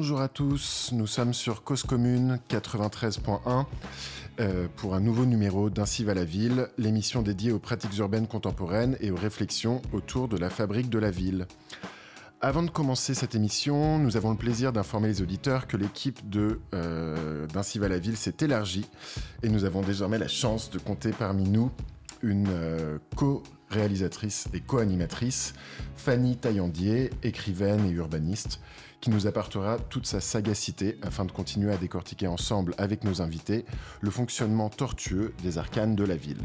Bonjour à tous, nous sommes sur Cause Commune 93.1 pour un nouveau numéro d'Ainsi va la ville, l'émission dédiée aux pratiques urbaines contemporaines et aux réflexions autour de la fabrique de la ville. Avant de commencer cette émission, nous avons le plaisir d'informer les auditeurs que l'équipe d'Ainsi va la ville s'est élargie et nous avons désormais la chance de compter parmi nous une co-réalisatrice et co-animatrice, Fanny Taillandier, écrivaine et urbaniste, qui nous apportera toute sa sagacité afin de continuer à décortiquer ensemble avec nos invités le fonctionnement tortueux des arcanes de la ville.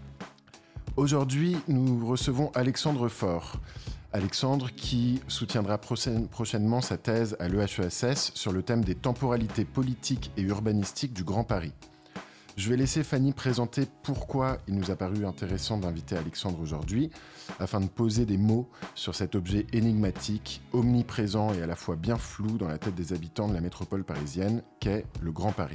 Aujourd'hui, nous recevons Alexandre Faure. Alexandre qui soutiendra prochainement sa thèse à l'EHESS sur le thème des temporalités politiques et urbanistiques du Grand Paris. Je vais laisser Fanny présenter pourquoi il nous a paru intéressant d'inviter Alexandre aujourd'hui, afin de poser des mots sur cet objet énigmatique, omniprésent et à la fois bien flou dans la tête des habitants de la métropole parisienne, qu'est le Grand Paris.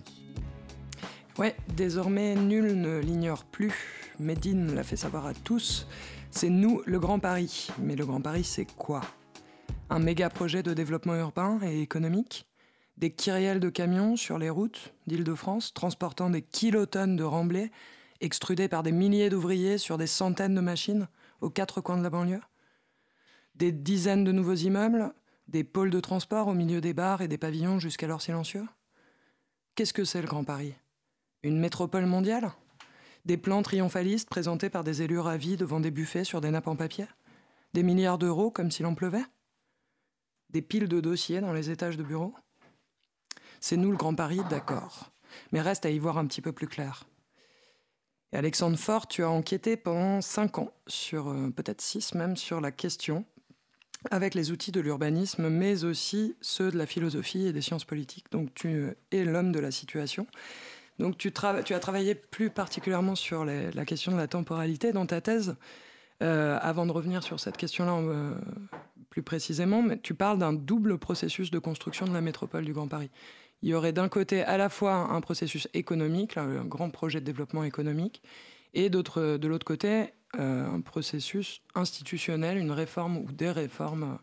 Ouais, désormais nul ne l'ignore plus. Médine l'a fait savoir à tous. C'est nous, le Grand Paris. Mais le Grand Paris, c'est quoi ? Un méga projet de développement urbain et économique ? Des kyrielles de camions sur les routes d'Île-de-France, transportant des kilotonnes de remblais, extrudés par des milliers d'ouvriers sur des centaines de machines aux quatre coins de la banlieue. Des dizaines de nouveaux immeubles, des pôles de transport au milieu des bars et des pavillons jusqu'alors silencieux. Qu'est-ce que c'est le Grand Paris ? Une métropole mondiale ? Des plans triomphalistes présentés par des élus ravis devant des buffets sur des nappes en papier ? Des milliards d'euros comme s'il en pleuvait ? Des piles de dossiers dans les étages de bureaux ? C'est nous le Grand Paris, d'accord. Mais reste à y voir un petit peu plus clair. Et Alexandre Faure, tu as enquêté pendant 5 ans, peut-être 6 même, sur la question, avec les outils de l'urbanisme, mais aussi ceux de la philosophie et des sciences politiques. Donc tu es l'homme de la situation. Donc tu as travaillé plus particulièrement sur la question de la temporalité dans ta thèse. Avant de revenir sur cette question-là plus précisément, mais tu parles d'un double processus de construction de la métropole du Grand Paris. Il y aurait d'un côté à la fois un processus économique, là, un grand projet de développement économique, et de l'autre côté, un processus institutionnel, une réforme ou des réformes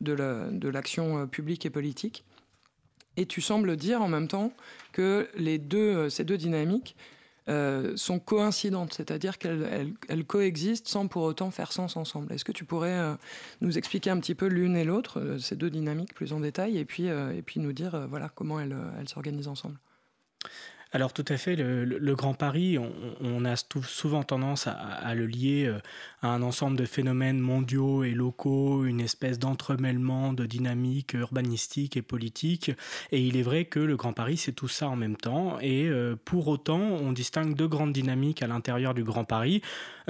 de l'action publique et politique. Et tu sembles dire en même temps que ces deux dynamiques sont coïncidentes, c'est-à-dire qu'elles coexistent sans pour autant faire sens ensemble. Est-ce que tu pourrais nous expliquer un petit peu l'une et l'autre, ces deux dynamiques plus en détail, et puis nous dire voilà, comment elles s'organisent ensemble ? Alors tout à fait, le Grand Paris, on a souvent tendance à le lier à un ensemble de phénomènes mondiaux et locaux, une espèce d'entremêlement de dynamiques urbanistiques et politiques. Et il est vrai que le Grand Paris, c'est tout ça en même temps. Et pour autant, on distingue deux grandes dynamiques à l'intérieur du Grand Paris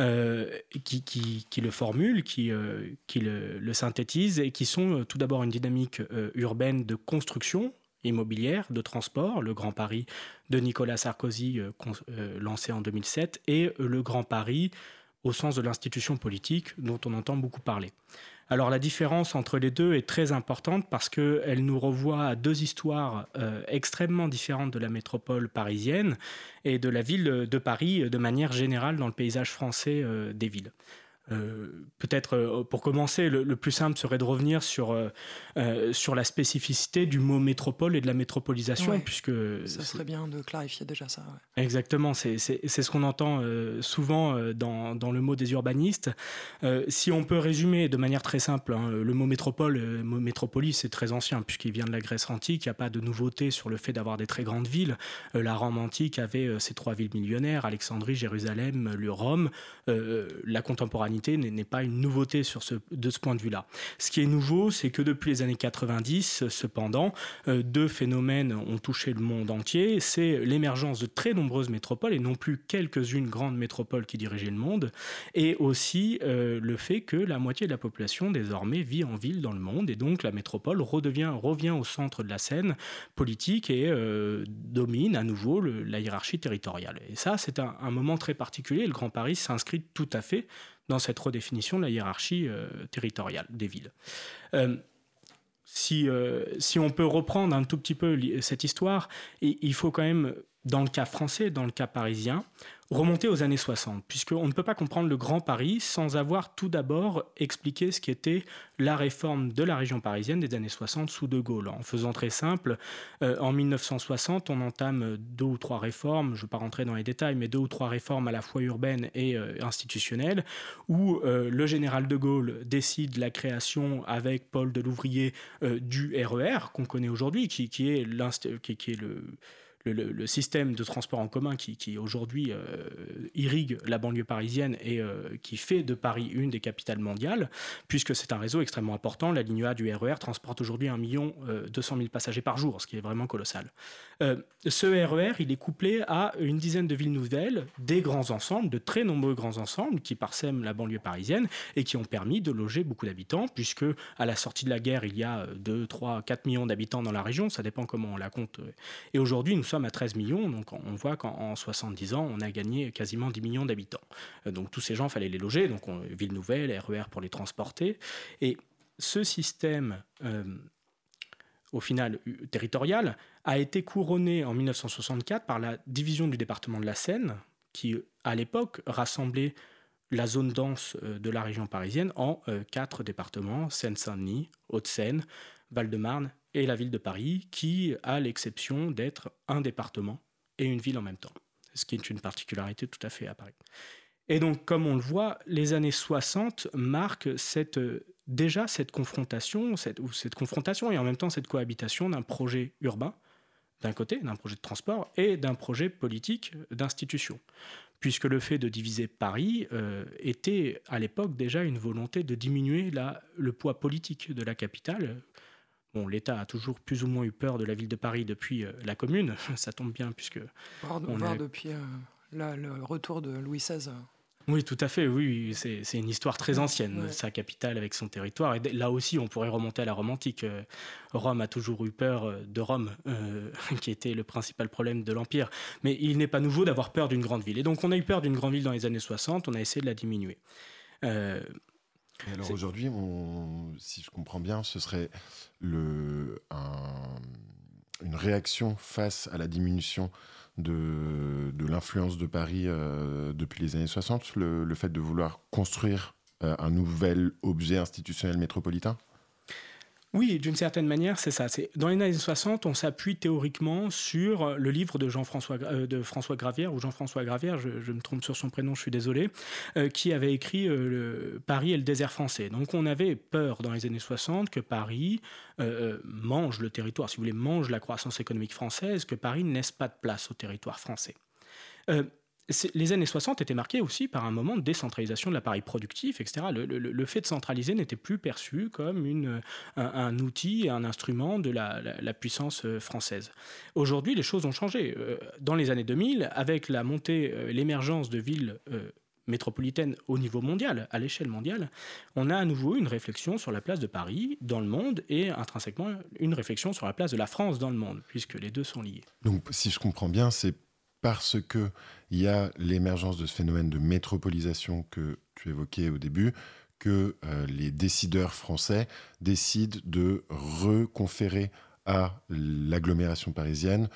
qui le formulent, qui le synthétisent et qui sont tout d'abord une dynamique urbaine de construction, immobilière, de transport, le Grand Paris de Nicolas Sarkozy lancé en 2007, et le Grand Paris au sens de l'institution politique dont on entend beaucoup parler. Alors la différence entre les deux est très importante parce qu'elle nous renvoie à deux histoires extrêmement différentes de la métropole parisienne et de la ville de Paris de manière générale dans le paysage français des villes. Peut-être pour commencer, le plus simple serait de revenir sur la spécificité du mot métropole et de la métropolisation, ouais, puisque ça serait bien de clarifier déjà ça. Ouais. Exactement, c'est ce qu'on entend souvent dans le mot des urbanistes. Si on peut résumer de manière très simple, le mot métropole, le mot métropolis, c'est très ancien puisqu'il vient de la Grèce antique. Il n'y a pas de nouveauté sur le fait d'avoir des très grandes villes. La Rome antique avait ses 3 villes millionnaires, Alexandrie, Jérusalem, Rome. La contemporanité n'est pas une nouveauté de ce point de vue-là. Ce qui est nouveau, c'est que depuis les années 90, cependant, deux phénomènes ont touché le monde entier. C'est l'émergence de très nombreuses métropoles, et non plus quelques-unes grandes métropoles qui dirigeaient le monde, et aussi le fait que la moitié de la population, désormais, vit en ville dans le monde, et donc la métropole revient au centre de la scène politique et domine à nouveau la hiérarchie territoriale. Et ça, c'est un moment très particulier. Le Grand Paris s'inscrit tout à fait dans cette redéfinition de la hiérarchie territoriale des villes. Si on peut reprendre un tout petit peu cette histoire, il faut quand même dans le cas français, dans le cas parisien, remonter aux années 60, puisqu'on ne peut pas comprendre le Grand Paris sans avoir tout d'abord expliqué ce qu'était la réforme de la région parisienne des années 60 sous De Gaulle. En faisant très simple, en 1960, on entame 2 ou 3 réformes, je ne vais pas rentrer dans les détails, mais 2 ou 3 réformes à la fois urbaines et institutionnelles, où le général De Gaulle décide la création, avec Paul Delouvrier, du RER, qu'on connaît aujourd'hui, qui est le système de transport en commun qui aujourd'hui irrigue la banlieue parisienne et qui fait de Paris une des capitales mondiales, puisque c'est un réseau extrêmement important. La ligne A du RER transporte aujourd'hui 1 200 000 passagers par jour, ce qui est vraiment colossal. Ce RER, il est couplé à une dizaine de villes nouvelles, des grands ensembles, de très nombreux grands ensembles qui parsèment la banlieue parisienne et qui ont permis de loger beaucoup d'habitants, puisque à la sortie de la guerre, il y a 2, 3, 4 millions d'habitants dans la région, ça dépend comment on la compte. Et aujourd'hui, nous sommes à 13 millions, donc on voit qu'en 70 ans, on a gagné quasiment 10 millions d'habitants. Donc tous ces gens, il fallait les loger, donc ville nouvelle, RER pour les transporter. Et ce système, au final territorial, a été couronné en 1964 par la division du département de la Seine, qui à l'époque rassemblait la zone dense de la région parisienne en 4 départements, Seine-Saint-Denis, Hauts-de-Seine, Val-de-Marne et la ville de Paris, qui a l'exception d'être un département et une ville en même temps, ce qui est une particularité tout à fait à Paris. Et donc, comme on le voit, les années 60 marquent déjà cette confrontation et en même temps cette cohabitation d'un projet urbain, d'un côté, d'un projet de transport, et d'un projet politique d'institution. Puisque le fait de diviser Paris était à l'époque déjà une volonté de diminuer le poids politique de la capitale. Bon, l'État a toujours plus ou moins eu peur de la ville de Paris depuis la Commune, ça tombe bien puisque... Voire depuis le retour de Louis XVI. Oui, tout à fait, oui, c'est une histoire très ancienne, ouais. Sa capitale avec son territoire. Et là aussi, on pourrait remonter à la Rome antique. Rome a toujours eu peur de Rome, qui était le principal problème de l'Empire. Mais il n'est pas nouveau d'avoir peur d'une grande ville. Et donc, on a eu peur d'une grande ville dans les années 60, on a essayé de la diminuer. Et alors aujourd'hui, si je comprends bien, ce serait une réaction face à la diminution de l'influence de Paris depuis les années 60, le fait de vouloir construire un nouvel objet institutionnel métropolitain ? Oui, d'une certaine manière, c'est ça. Dans les années 60, on s'appuie théoriquement sur le livre de François Gravière, ou Jean-François Gravière, je me trompe sur son prénom, je suis désolé, qui avait écrit Paris et le désert français. Donc on avait peur dans les années 60 que Paris mange le territoire, si vous voulez, mange la croissance économique française, que Paris ne laisse pas de place au territoire français. Les années 60 étaient marquées aussi par un moment de décentralisation de l'appareil productif, etc. Le fait de centraliser n'était plus perçu comme un outil, un instrument de la puissance française. Aujourd'hui, les choses ont changé. Dans les années 2000, avec la montée, l'émergence de villes métropolitaines au niveau mondial, à l'échelle mondiale, on a à nouveau une réflexion sur la place de Paris dans le monde et intrinsèquement une réflexion sur la place de la France dans le monde, puisque les deux sont liés. Donc, si je comprends bien, c'est parce qu'il y a l'émergence de ce phénomène de métropolisation que tu évoquais au début, que les décideurs français décident de reconférer à l'agglomération parisienne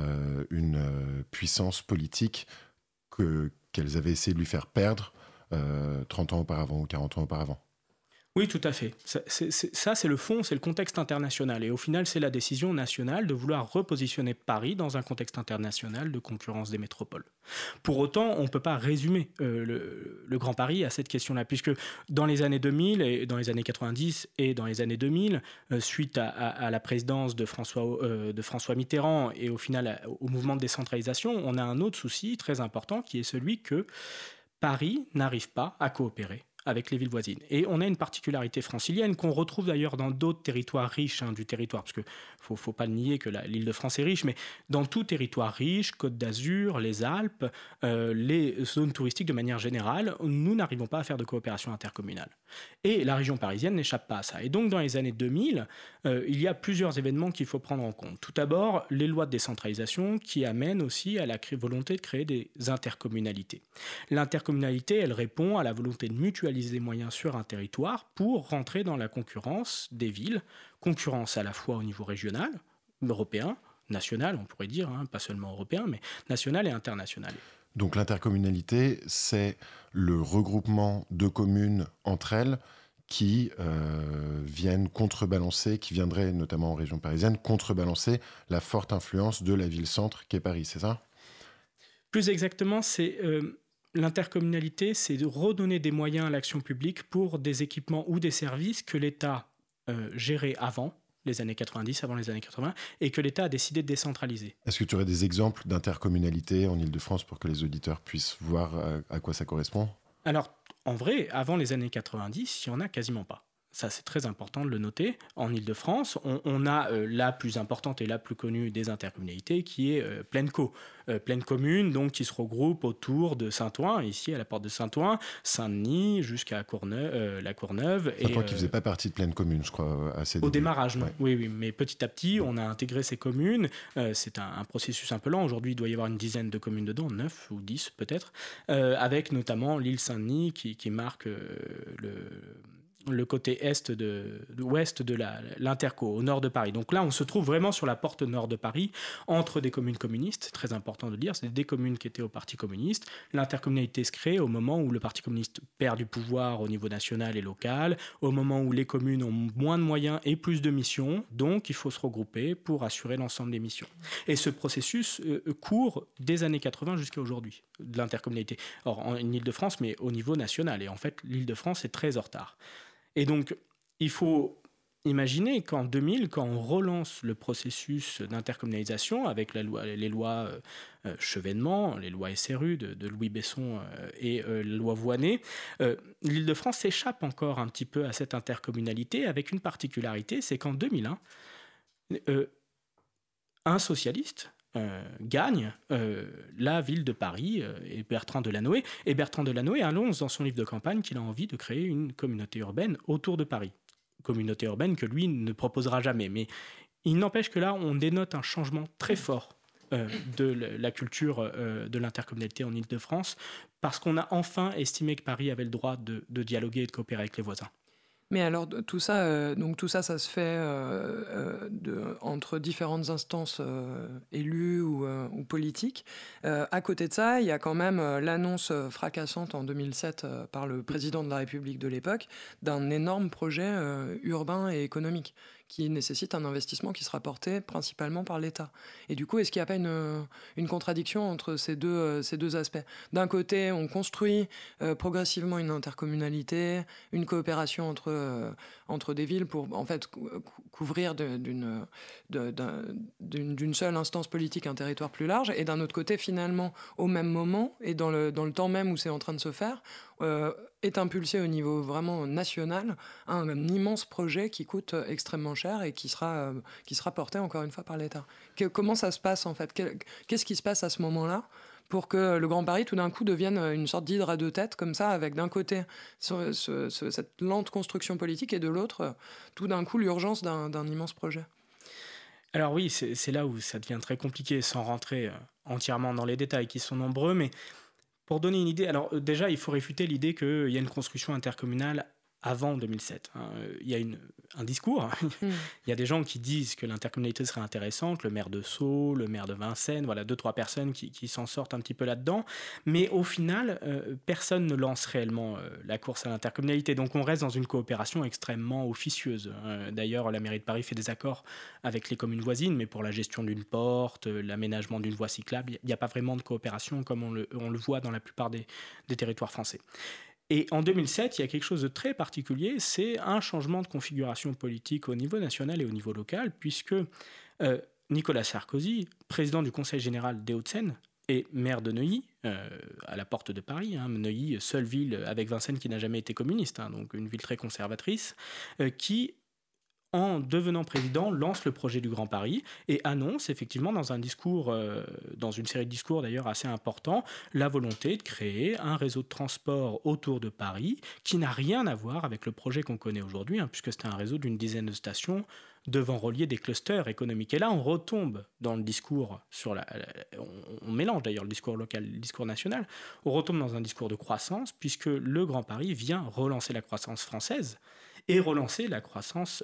une puissance politique qu'elles avaient essayé de lui faire perdre 30 ans auparavant ou 40 ans auparavant. Oui, tout à fait. Ça, c'est le fond, c'est le contexte international. Et au final, c'est la décision nationale de vouloir repositionner Paris dans un contexte international de concurrence des métropoles. Pour autant, on ne peut pas résumer le Grand Paris à cette question-là, puisque dans les années 2000, et dans les années 90 et dans les années 2000, suite à la présidence de François Mitterrand et au final au mouvement de décentralisation, on a un autre souci très important qui est celui que Paris n'arrive pas à coopérer avec les villes voisines. Et on a une particularité francilienne qu'on retrouve d'ailleurs dans d'autres territoires riches du territoire, parce qu'il ne faut pas le nier que l'Île-de-France est riche, mais dans tout territoire riche, Côte d'Azur, les Alpes, les zones touristiques de manière générale, nous n'arrivons pas à faire de coopération intercommunale. Et la région parisienne n'échappe pas à ça. Et donc dans les années 2000, il y a plusieurs événements qu'il faut prendre en compte. Tout d'abord, les lois de décentralisation qui amènent aussi à la volonté de créer des intercommunalités. L'intercommunalité, elle répond à la volonté de mutualiser des moyens sur un territoire pour rentrer dans la concurrence des villes, concurrence à la fois au niveau régional, européen, national, on pourrait dire, pas seulement européen, mais national et international. Donc l'intercommunalité, c'est le regroupement de communes entre elles qui viennent contrebalancer, qui viendraient notamment en région parisienne, contrebalancer la forte influence de la ville-centre qu'est Paris, c'est ça ? Plus exactement, c'est l'intercommunalité, c'est de redonner des moyens à l'action publique pour des équipements ou des services que l'État gérait avant les années 90, avant les années 80, et que l'État a décidé de décentraliser. Est-ce que tu aurais des exemples d'intercommunalité en Ile-de-France pour que les auditeurs puissent voir à quoi ça correspond ? Alors, en vrai, avant les années 90, il n'y en a quasiment pas. Ça, c'est très important de le noter. En Ile-de-France, on a la plus importante et la plus connue des intercommunalités, qui est Plaine-Co. Plaine commune, donc, qui se regroupe autour de Saint-Ouen, ici à la porte de Saint-Ouen, Saint-Denis, jusqu'à la Courneuve. Saint-Ouen qui ne faisait pas partie de Plaine commune, je crois, à ses débuts. Au démarrage, non. Ouais. Oui, mais petit à petit, on a intégré ces communes. C'est un processus un peu lent. Aujourd'hui, il doit y avoir une dizaine de communes dedans, 9 ou 10 peut-être, avec notamment l'île Saint-Denis qui marque le côté ouest de l'Interco, au nord de Paris. Donc là, on se trouve vraiment sur la porte nord de Paris, entre des communes communistes, très important de le dire, c'est des communes qui étaient au Parti communiste. L'intercommunalité se crée au moment où le Parti communiste perd du pouvoir au niveau national et local, au moment où les communes ont moins de moyens et plus de missions, donc il faut se regrouper pour assurer l'ensemble des missions. Et ce processus court des années 80 jusqu'à aujourd'hui, de l'intercommunalité. Or, en Ile-de-France, mais au niveau national. Et en fait, l'Île-de-France est très en retard. Et donc, il faut imaginer qu'en 2000, quand on relance le processus d'intercommunalisation avec les lois Chevènement, les lois SRU de Louis Besson et la loi Voynet, l'Île-de-France s'échappe encore un petit peu à cette intercommunalité avec une particularité, c'est qu'en 2001, un socialiste gagne la ville de Paris et Bertrand Delanoë. Et Bertrand Delanoë annonce dans son livre de campagne qu'il a envie de créer une communauté urbaine autour de Paris. Communauté urbaine que lui ne proposera jamais. Mais il n'empêche que là, on dénote un changement très fort de la culture de l'intercommunalité en Île-de-France, parce qu'on a enfin estimé que Paris avait le droit de dialoguer et de coopérer avec les voisins. Mais alors tout ça, ça se fait entre différentes instances élues ou politiques. À côté de ça, il y a quand même l'annonce fracassante en 2007 par le président de la République de l'époque d'un énorme projet urbain et économique qui nécessite un investissement qui sera porté principalement par l'État. Et du coup, est-ce qu'il n'y a pas une contradiction entre ces deux aspects ? D'un côté, on construit progressivement une intercommunalité, une coopération entre des villes pour en fait couvrir d'une seule instance politique un territoire plus large, et d'un autre côté, finalement, au même moment et dans le temps même où c'est en train de se faire, est impulsé au niveau vraiment national un immense projet qui coûte extrêmement cher et qui sera porté encore une fois par l'État. Comment ça se passe en fait ? Qu'est-ce qui se passe à ce moment-là pour que le Grand Paris tout d'un coup devienne une sorte d'hydre à deux têtes comme ça, avec d'un côté cette lente construction politique et de l'autre tout d'un coup l'urgence d'un immense projet ? Alors oui, c'est là où ça devient très compliqué, sans rentrer entièrement dans les détails qui sont nombreux, mais pour donner une idée, alors déjà, il faut réfuter l'idée qu'il y a une construction intercommunale avant 2007. Il y a un discours. Il y a des gens qui disent que l'intercommunalité serait intéressante, le maire de Sceaux, le maire de Vincennes, voilà, 2-3 personnes qui s'en sortent un petit peu là-dedans. Mais au final, personne ne lance réellement la course à l'intercommunalité. Donc on reste dans une coopération extrêmement officieuse. D'ailleurs, la mairie de Paris fait des accords avec les communes voisines, mais pour la gestion d'une porte, l'aménagement d'une voie cyclable, il n'y a pas vraiment de coopération comme on le voit dans la plupart des territoires français. Et en 2007, il y a quelque chose de très particulier, c'est un changement de configuration politique au niveau national et au niveau local, puisque Nicolas Sarkozy, président du Conseil général des Hauts-de-Seine et maire de Neuilly, à la porte de Paris, Neuilly, seule ville avec Vincennes qui n'a jamais été communiste, donc une ville très conservatrice, qui, en devenant président, lance le projet du Grand Paris et annonce effectivement dans un discours, dans une série de discours d'ailleurs assez importants, la volonté de créer un réseau de transport autour de Paris qui n'a rien à voir avec le projet qu'on connaît aujourd'hui, puisque c'est un réseau d'une dizaine de stations devant relier des clusters économiques. Et là, on retombe dans le discours on mélange d'ailleurs le discours local et le discours national, on retombe dans un discours de croissance, puisque le Grand Paris vient relancer la croissance française et relancer la croissance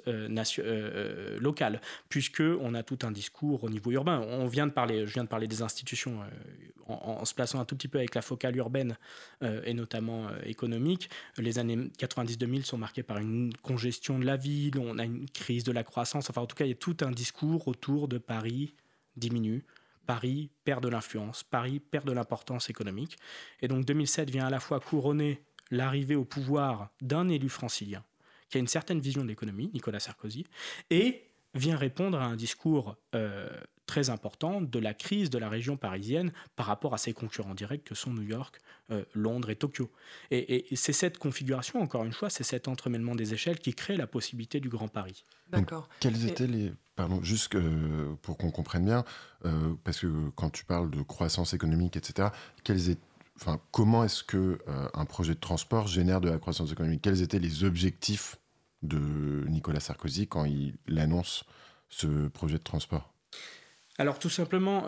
locale, puisqu'on a tout un discours au niveau urbain. Je viens de parler des institutions en se plaçant un tout petit peu avec la focale urbaine et notamment économique. Les années 90-2000 sont marquées par une congestion de la ville, on a une crise de la croissance, enfin en tout cas il y a tout un discours autour de Paris diminue, Paris perd de l'influence, Paris perd de l'importance économique. Et donc 2007 vient à la fois couronner l'arrivée au pouvoir d'un élu francilien qui a une certaine vision de l'économie, Nicolas Sarkozy, et vient répondre à un discours très important de la crise de la région parisienne par rapport à ses concurrents directs que sont New York, Londres et Tokyo. Et c'est cette configuration, encore une fois, c'est cet entremêlement des échelles qui crée la possibilité du Grand Paris. D'accord. Donc, quels étaient les... Pardon, juste pour qu'on comprenne bien, parce que quand tu parles de croissance économique, etc., comment est-ce qu'un projet de transport génère de la croissance économique ? Quels étaient les objectifs de Nicolas Sarkozy quand il annonce ce projet de transport ? Alors tout simplement,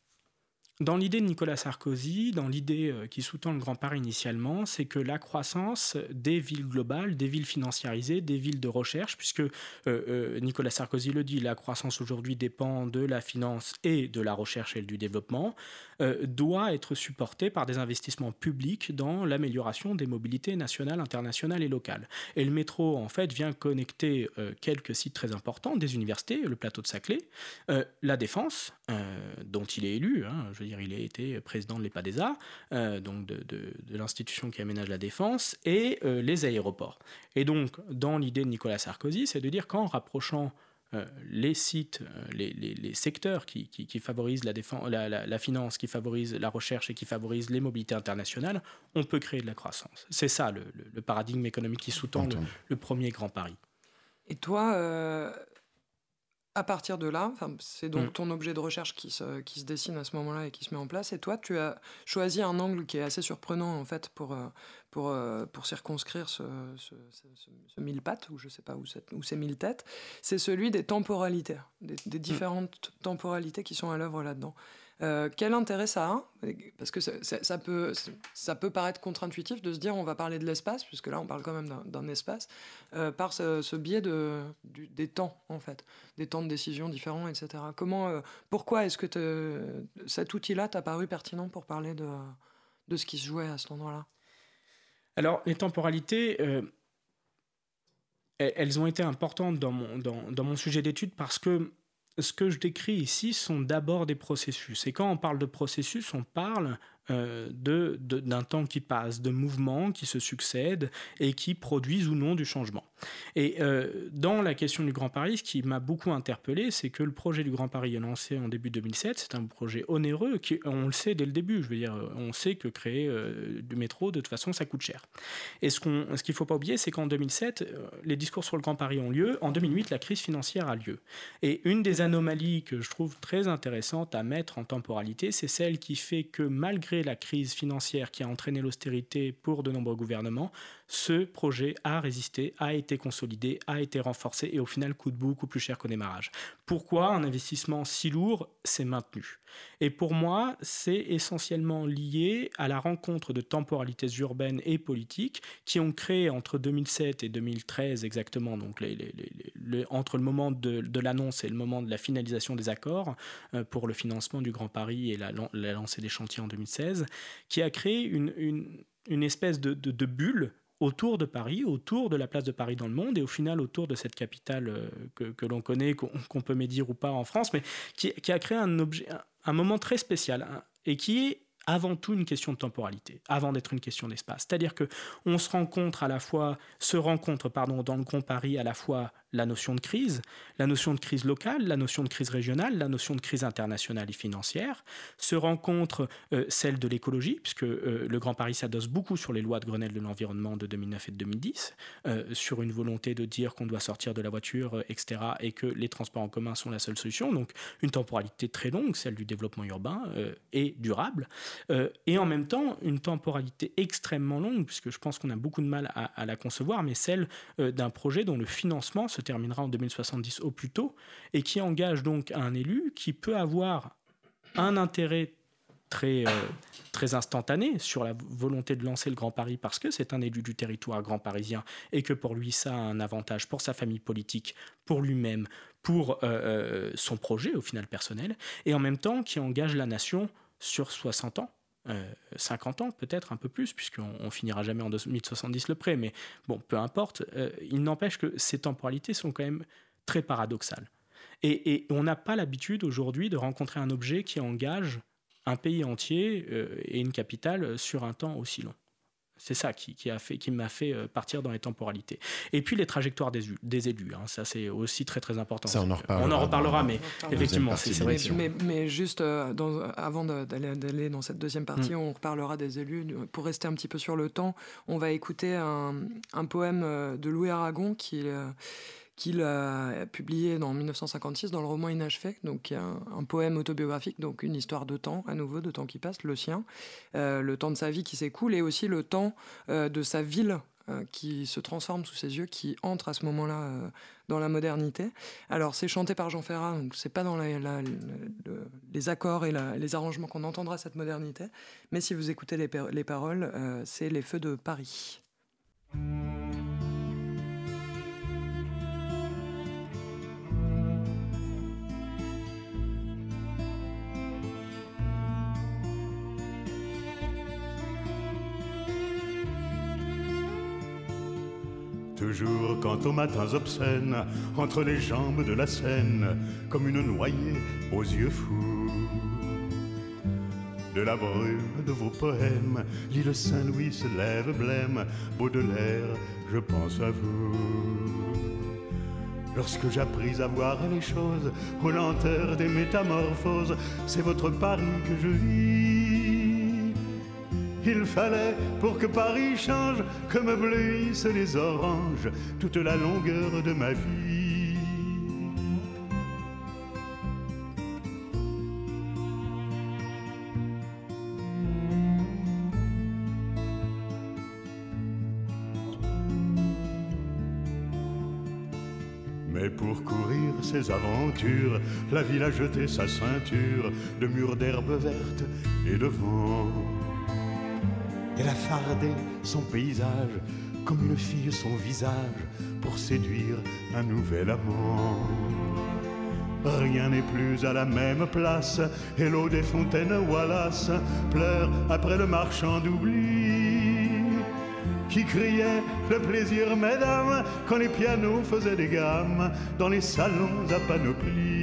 dans l'idée de Nicolas Sarkozy, dans l'idée qui sous-tend le Grand Paris initialement, c'est que la croissance des villes globales, des villes financiarisées, des villes de recherche, puisque Nicolas Sarkozy le dit, la croissance aujourd'hui dépend de la finance et de la recherche et du développement, doit être supportée par des investissements publics dans l'amélioration des mobilités nationales, internationales et locales. Et le métro, en fait, vient connecter quelques sites très importants, des universités, le plateau de Saclay, la Défense, dont il est élu, il a été président de l'EPADESA, donc de l'institution qui aménage la défense, et les aéroports. Et donc, dans l'idée de Nicolas Sarkozy, c'est de dire qu'en rapprochant les sites, les secteurs qui favorisent la finance, qui favorisent la recherche et qui favorisent les mobilités internationales, on peut créer de la croissance. C'est ça le paradigme économique qui sous-tend le premier Grand Paris. Et toi... À partir de là, c'est donc ton objet de recherche qui se dessine à ce moment-là et qui se met en place. Et toi, tu as choisi un angle qui est assez surprenant en fait pour circonscrire ce mille pattes, ou je ne sais pas où c'est mille têtes. C'est celui des temporalités, des différentes temporalités qui sont à l'œuvre là-dedans. Quel intérêt ça a ? Parce que ça peut paraître contre-intuitif de se dire on va parler de l'espace, puisque là on parle quand même d'un espace, par ce biais des temps en fait, des temps de décision différents, etc. Pourquoi est-ce que cet outil-là t'a paru pertinent pour parler de ce qui se jouait à cet endroit-là ? Alors les temporalités, elles ont été importantes dans mon sujet d'étude parce que ce que je décris ici sont d'abord des processus. Et quand on parle de processus, on parle d'un temps qui passe, de mouvements qui se succèdent et qui produisent ou non du changement. Et dans la question du Grand Paris, ce qui m'a beaucoup interpellé, c'est que le projet du Grand Paris est lancé en début 2007. C'est un projet onéreux, on le sait dès le début. Je veux dire, on sait que créer du métro, de toute façon, ça coûte cher. Et ce qu'il ne faut pas oublier, c'est qu'en 2007, les discours sur le Grand Paris ont lieu. En 2008, la crise financière a lieu. Et une des anomalies que je trouve très intéressante à mettre en temporalité, c'est celle qui fait que malgré la crise financière qui a entraîné l'austérité pour de nombreux gouvernements, ce projet a résisté, a été consolidé, a été renforcé et au final coûte beaucoup plus cher qu'au démarrage. Pourquoi un investissement si lourd s'est maintenu ? Et pour moi, c'est essentiellement lié à la rencontre de temporalités urbaines et politiques qui ont créé entre 2007 et 2013 exactement, donc entre le moment de l'annonce et le moment de la finalisation des accords pour le financement du Grand Paris et la lancée des chantiers en 2016, qui a créé une espèce de bulle autour de Paris, autour de la place de Paris dans le monde et au final autour de cette capitale que l'on connaît, qu'on peut médire ou pas en France, mais qui a créé un moment très spécial et qui est avant tout une question de temporalité, avant d'être une question d'espace. C'est-à-dire qu'on se rencontre dans le Grand Paris à la fois la notion de crise locale, la notion de crise régionale, la notion de crise internationale et financière, se rencontre celle de l'écologie, puisque le Grand Paris s'adosse beaucoup sur les lois de Grenelle de l'environnement de 2009 et de 2010, sur une volonté de dire qu'on doit sortir de la voiture, etc., et que les transports en commun sont la seule solution, donc une temporalité très longue, celle du développement urbain et durable, et en même temps une temporalité extrêmement longue, puisque je pense qu'on a beaucoup de mal à la concevoir, mais celle d'un projet dont le financement se terminera en 2070 au plus tôt, et qui engage donc un élu qui peut avoir un intérêt très très instantané sur la volonté de lancer le Grand Paris parce que c'est un élu du territoire grand parisien et que pour lui ça a un avantage pour sa famille politique, pour lui-même, pour son projet au final personnel, et en même temps qui engage la nation sur 60 ans. 50 ans peut-être un peu plus puisqu'on finira jamais en 2070 le prêt, mais bon, peu importe, il n'empêche que ces temporalités sont quand même très paradoxales et on n'a pas l'habitude aujourd'hui de rencontrer un objet qui engage un pays entier et une capitale sur un temps aussi long. C'est ça qui m'a fait partir dans les temporalités. Et puis les trajectoires des élus, hein, ça c'est aussi très très important. Ça, on en reparlera, mais effectivement, c'est vrai. Mais juste avant d'aller dans cette deuxième partie, on reparlera des élus. Pour rester un petit peu sur le temps, on va écouter un poème de Louis Aragon qu'il a publié en 1956 dans le roman Inachevé, donc un poème autobiographique, donc une histoire de temps, à nouveau, de temps qui passe, le sien, le temps de sa vie qui s'écoule et aussi le temps de sa ville qui se transforme sous ses yeux, qui entre à ce moment-là dans la modernité. Alors c'est chanté par Jean Ferrat, donc c'est pas dans les accords et les arrangements qu'on entendra cette modernité, mais si vous écoutez les paroles, c'est les feux de Paris. Toujours quant aux matins obscènes, entre les jambes de la Seine, comme une noyée aux yeux fous. De la brume de vos poèmes, l'île Saint-Louis se lève blême, Baudelaire, je pense à vous. Lorsque j'appris à voir les choses, aux lenteurs des métamorphoses, c'est votre Paris que je vis. Il fallait pour que Paris change, que me bleuissent les oranges, toute la longueur de ma vie. Mais pour courir ses aventures, la ville a jeté sa ceinture de murs d'herbe verte et de vent. Elle a fardé son paysage comme une fille son visage pour séduire un nouvel amant. Rien n'est plus à la même place et l'eau des fontaines Wallace pleure après le marchand d'oubli qui criait le plaisir mesdames quand les pianos faisaient des gammes dans les salons à panoplie.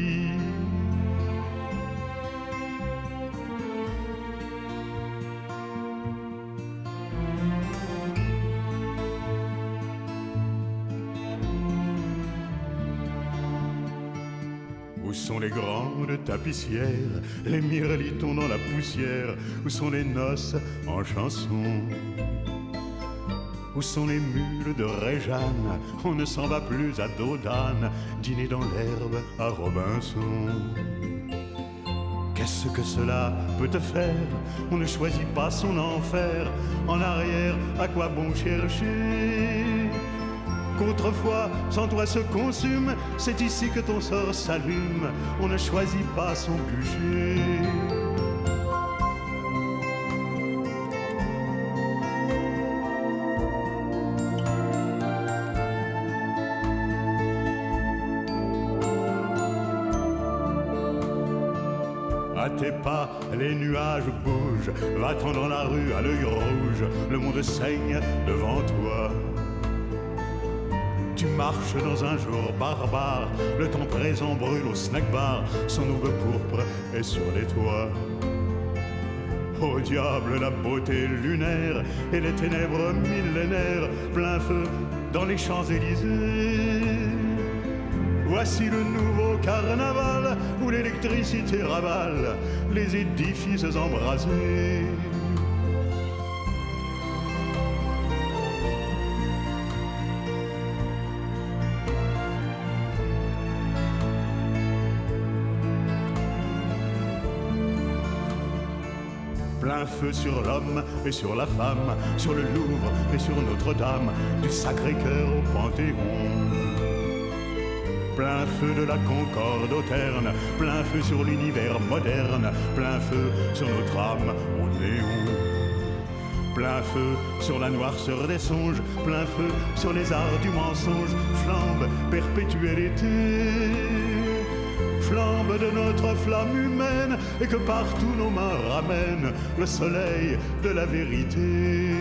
Où sont les grandes tapissières, les mirlitons dans la poussière? Où sont les noces en chansons? Où sont les mules de Réjeanne? On ne s'en va plus à dos d'âne, dîner dans l'herbe à Robinson. Qu'est-ce que cela peut te faire? On ne choisit pas son enfer. En arrière, à quoi bon chercher? Qu'autrefois, sans toi se consume, c'est ici que ton sort s'allume. On ne choisit pas son bûcher. À tes pas, les nuages bougent. Va-t'en dans la rue à l'œil rouge. Le monde saigne devant toi. Tu marches dans un jour barbare. Le temps présent brûle au snack-bar. Son aube pourpre est sur les toits. Au diable la beauté lunaire et les ténèbres millénaires. Plein feu dans les Champs-Élysées. Voici le nouveau carnaval où l'électricité ravale les édifices embrasés. Plein feu sur l'homme et sur la femme, sur le Louvre et sur Notre-Dame, du Sacré-Cœur au Panthéon. Plein feu de la Concorde au Terne, plein feu sur l'univers moderne, plein feu sur notre âme au néon. plein feu sur la noirceur des songes, plein feu sur les arts du mensonge, flambe perpétualité, flambe de notre flamme humaine, et que partout nos mains ramènent le soleil de la vérité.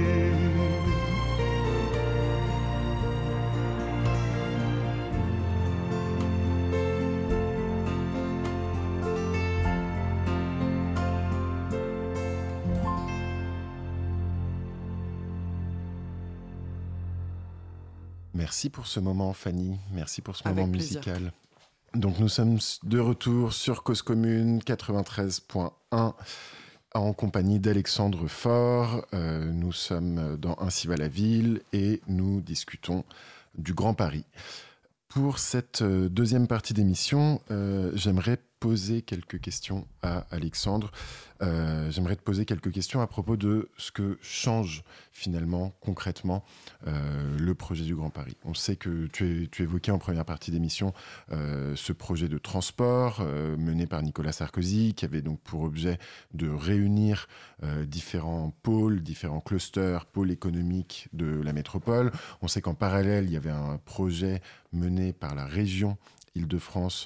Merci pour ce moment, Fanny. Merci pour ce Avec moment plaisir. musical. Donc, nous sommes de retour sur Cause Commune 93.1 en compagnie d'Alexandre Faure. Nous sommes dans Ainsi va la ville et nous discutons du Grand Paris. Pour cette deuxième partie d'émission, j'aimerais poser quelques questions à Alexandre. J'aimerais te poser quelques questions à propos de ce que change finalement, concrètement, le projet du Grand Paris. On sait que tu évoquais en première partie d'émission ce projet de transport mené par Nicolas Sarkozy, qui avait donc pour objet de réunir différents pôles, différents clusters, pôles économiques de la métropole. On sait qu'en parallèle, il y avait un projet mené par la région Île-de-France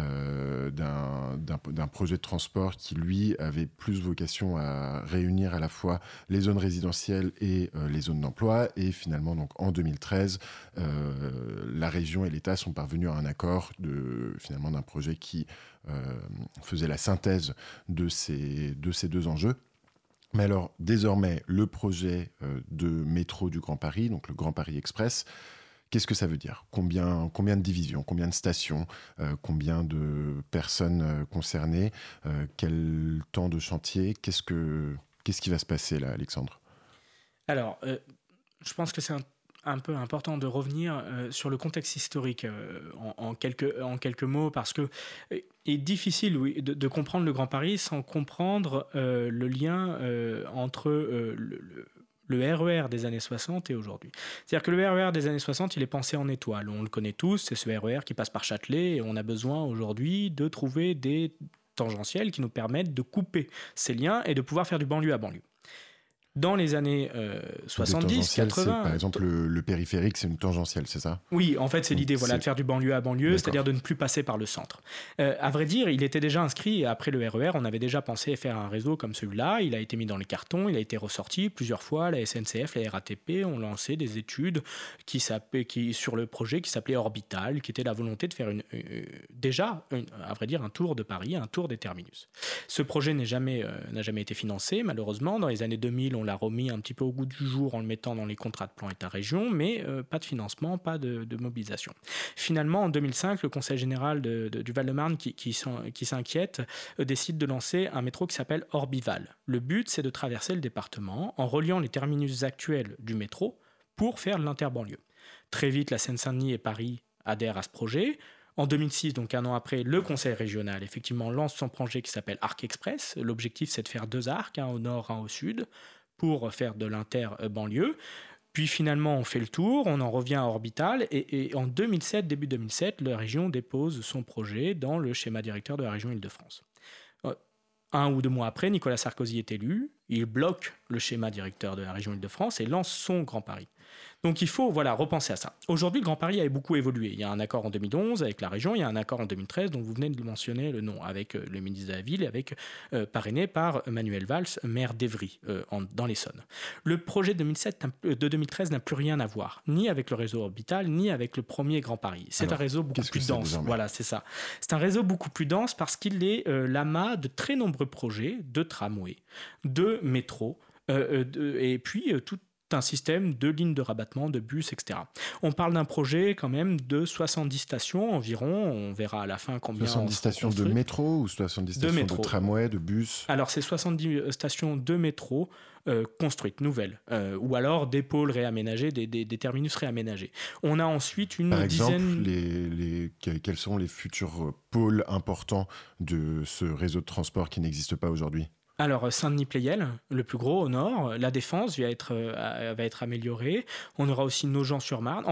d'un projet de transport qui, lui, avait plus vocation à réunir à la fois les zones résidentielles et les zones d'emploi. Et finalement, donc, en 2013, la région et l'État sont parvenus à un accord d'un projet qui faisait la synthèse de ces deux enjeux. Mais alors, désormais, le projet de métro du Grand Paris, donc le Grand Paris Express, qu'est-ce que ça veut dire ? Combien de divisions, combien de stations, combien de personnes concernées, quel temps de chantier ? Qu'est-ce qui va se passer là, Alexandre ? Alors, je pense que c'est un peu important de revenir sur le contexte historique en quelques mots, parce que il est difficile de comprendre le Grand Paris sans comprendre le lien entre le RER des années 60 et aujourd'hui. C'est-à-dire que le RER des années 60, il est pensé en étoile. On le connaît tous, c'est ce RER qui passe par Châtelet, et on a besoin aujourd'hui de trouver des tangentiels qui nous permettent de couper ces liens et de pouvoir faire du banlieue à banlieue. Dans les années 70, 80... Par exemple, le périphérique, c'est une tangentielle, c'est ça ? Oui, en fait, c'est l'idée de faire du banlieue à banlieue, D'accord. C'est-à-dire de ne plus passer par le centre. À vrai dire, il était déjà inscrit, après le RER, on avait déjà pensé faire un réseau comme celui-là, il a été mis dans les cartons, il a été ressorti plusieurs fois, la SNCF, la RATP ont lancé des études sur le projet qui s'appelait Orbital, qui était la volonté de faire à vrai dire, un tour de Paris, un tour des terminus. Ce projet n'a jamais été financé, malheureusement. Dans les années 2000, on l'a remis un petit peu au goût du jour en le mettant dans les contrats de plan État-région, mais pas de financement, pas de mobilisation. Finalement, en 2005, le Conseil général du Val-de-Marne, qui s'inquiète, décide de lancer un métro qui s'appelle Orbival. Le but, c'est de traverser le département en reliant les terminus actuels du métro pour faire l'interbanlieue. Très vite, la Seine-Saint-Denis et Paris adhèrent à ce projet. En 2006, donc un an après, le conseil régional effectivement lance son projet qui s'appelle Arc Express. L'objectif, c'est de faire 2 arcs, un au nord, un au sud, pour faire de l'inter-banlieue. Puis finalement, on fait le tour, on en revient à Orbital, et en 2007, début 2007, la région dépose son projet dans le schéma directeur de la région Île-de-France. 1 ou 2 mois après, Nicolas Sarkozy est élu, il bloque le schéma directeur de la région Île-de-France et lance son Grand Paris. Donc il faut repenser à ça. Aujourd'hui, le Grand Paris a beaucoup évolué. Il y a un accord en 2011 avec la région, il y a un accord en 2013 dont vous venez de mentionner le nom, avec le ministre de la Ville et avec parrainé par Manuel Valls, maire d'Évry, dans l'Essonne. Le projet de 2013 n'a plus rien à voir, ni avec le réseau Orbital, ni avec le premier Grand Paris. C'est un réseau beaucoup plus dense. Voilà, c'est ça. C'est un réseau beaucoup plus dense parce qu'il est l'amas de très nombreux projets de tramway, de métro, et puis tout un système de lignes de rabattement, de bus, etc. On parle d'un projet quand même de 70 stations environ, on verra à la fin combien... 70 stations de métro ou 70 stations de tramway, de bus ? Alors c'est 70 stations de métro construites, nouvelles, ou alors des pôles réaménagés, des terminus réaménagés. On a ensuite une dizaine... Par exemple, quels sont les futurs pôles importants de ce réseau de transport qui n'existe pas aujourd'hui ? Alors, Saint-Denis-Pleyel, le plus gros au nord, la Défense va être améliorée. On aura aussi Nogent-sur-Marne. En fait,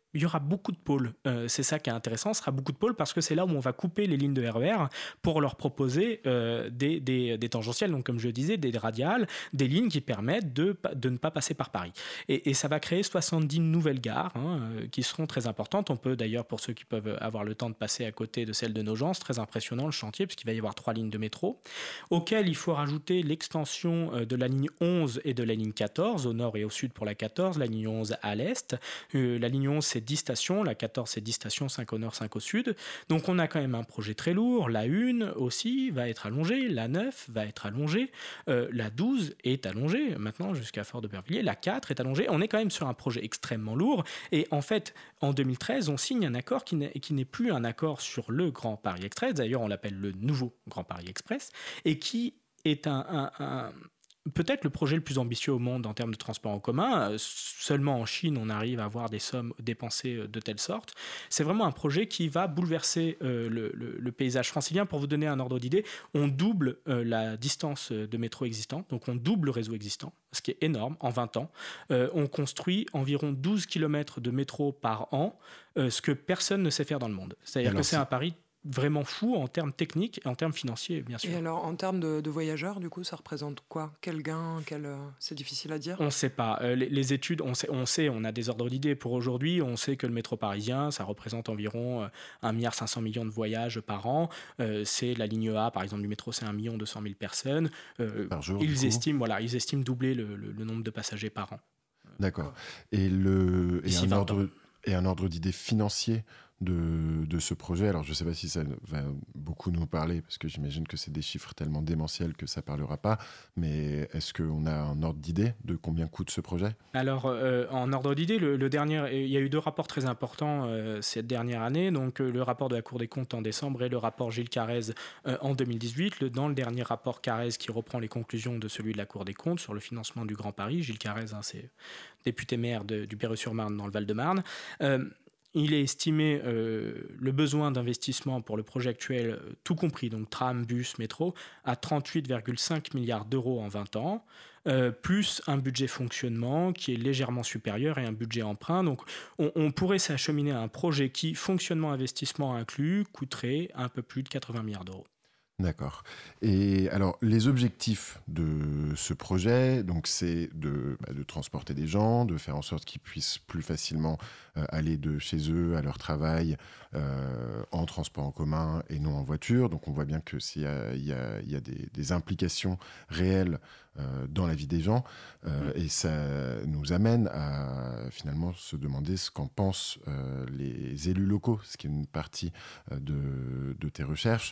Il y aura beaucoup de pôles. C'est ça qui est intéressant. Ce sera beaucoup de pôles parce que c'est là où on va couper les lignes de RER pour leur proposer des tangentielles, donc comme je disais, des radiales, des lignes qui permettent de ne pas passer par Paris. Et ça va créer 70 nouvelles gares qui seront très importantes. On peut d'ailleurs, pour ceux qui peuvent avoir le temps de passer à côté de celle de Nogent, c'est très impressionnant le chantier puisqu'il va y avoir 3 lignes de métro, auxquelles il faut rajouter l'extension de la ligne 11 et de la ligne 14, au nord et au sud pour la 14, la ligne 11 à l'est. La ligne 11, c'est 10 stations, la 14 c'est 10 stations, 5 au nord, 5 au sud. Donc on a quand même un projet très lourd. La 1 aussi va être allongée, la 9 va être allongée, la 12 est allongée maintenant jusqu'à Fort-d'Aubervilliers, la 4 est allongée. On est quand même sur un projet extrêmement lourd et en fait en 2013 on signe un accord qui n'est plus un accord sur le Grand Paris Express, d'ailleurs on l'appelle le nouveau Grand Paris Express, et qui est peut-être le projet le plus ambitieux au monde en termes de transport en commun. Seulement en Chine, on arrive à avoir des sommes dépensées de telle sorte. C'est vraiment un projet qui va bouleverser le paysage francilien. Pour vous donner un ordre d'idée, on double la distance de métro existante, donc on double le réseau existant, ce qui est énorme en 20 ans. On construit environ 12 km de métro par an, ce que personne ne sait faire dans le monde. C'est-à-dire que c'est un pari vraiment fou en termes techniques et en termes financiers, bien sûr. Et alors, en termes de voyageurs, du coup, ça représente quoi? Quel gain? C'est difficile à dire. On ne sait pas. Les études, on a des ordres d'idées pour aujourd'hui. On sait que le métro parisien, ça représente environ 1,5 milliard de voyages par an. C'est la ligne A, par exemple, du métro, c'est 1,2 million de personnes. Par jour, ils estiment doubler le nombre de passagers par an. D'accord. Et un ordre d'idée financier de ce projet. Alors, je ne sais pas si ça va beaucoup nous parler, parce que j'imagine que c'est des chiffres tellement démentiels que ça ne parlera pas, mais est-ce qu'on a un ordre d'idée de combien coûte ce projet? Alors, en ordre d'idée, le dernier, il y a eu 2 rapports très importants cette dernière année, donc le rapport de la Cour des comptes en décembre et le rapport Gilles Carrez en 2018. Dans le dernier rapport Carrez qui reprend les conclusions de celui de la Cour des comptes sur le financement du Grand Paris, Gilles Carrez, c'est député maire du Perreux-sur-Marne dans le Val-de-Marne, il est estimé le besoin d'investissement pour le projet actuel, tout compris, donc tram, bus, métro, à 38,5 milliards d'euros en 20 ans, plus un budget fonctionnement qui est légèrement supérieur et un budget emprunt. Donc on pourrait s'acheminer à un projet qui, fonctionnement investissement inclus, coûterait un peu plus de 80 milliards d'euros. D'accord. Et alors, les objectifs de ce projet, donc, c'est de transporter des gens, de faire en sorte qu'ils puissent plus facilement aller de chez eux à leur travail en transport en commun et non en voiture. Donc, on voit bien que s'il y a des implications réelles dans la vie des gens, et ça nous amène à finalement se demander ce qu'en pensent les élus locaux, ce qui est une partie de tes recherches.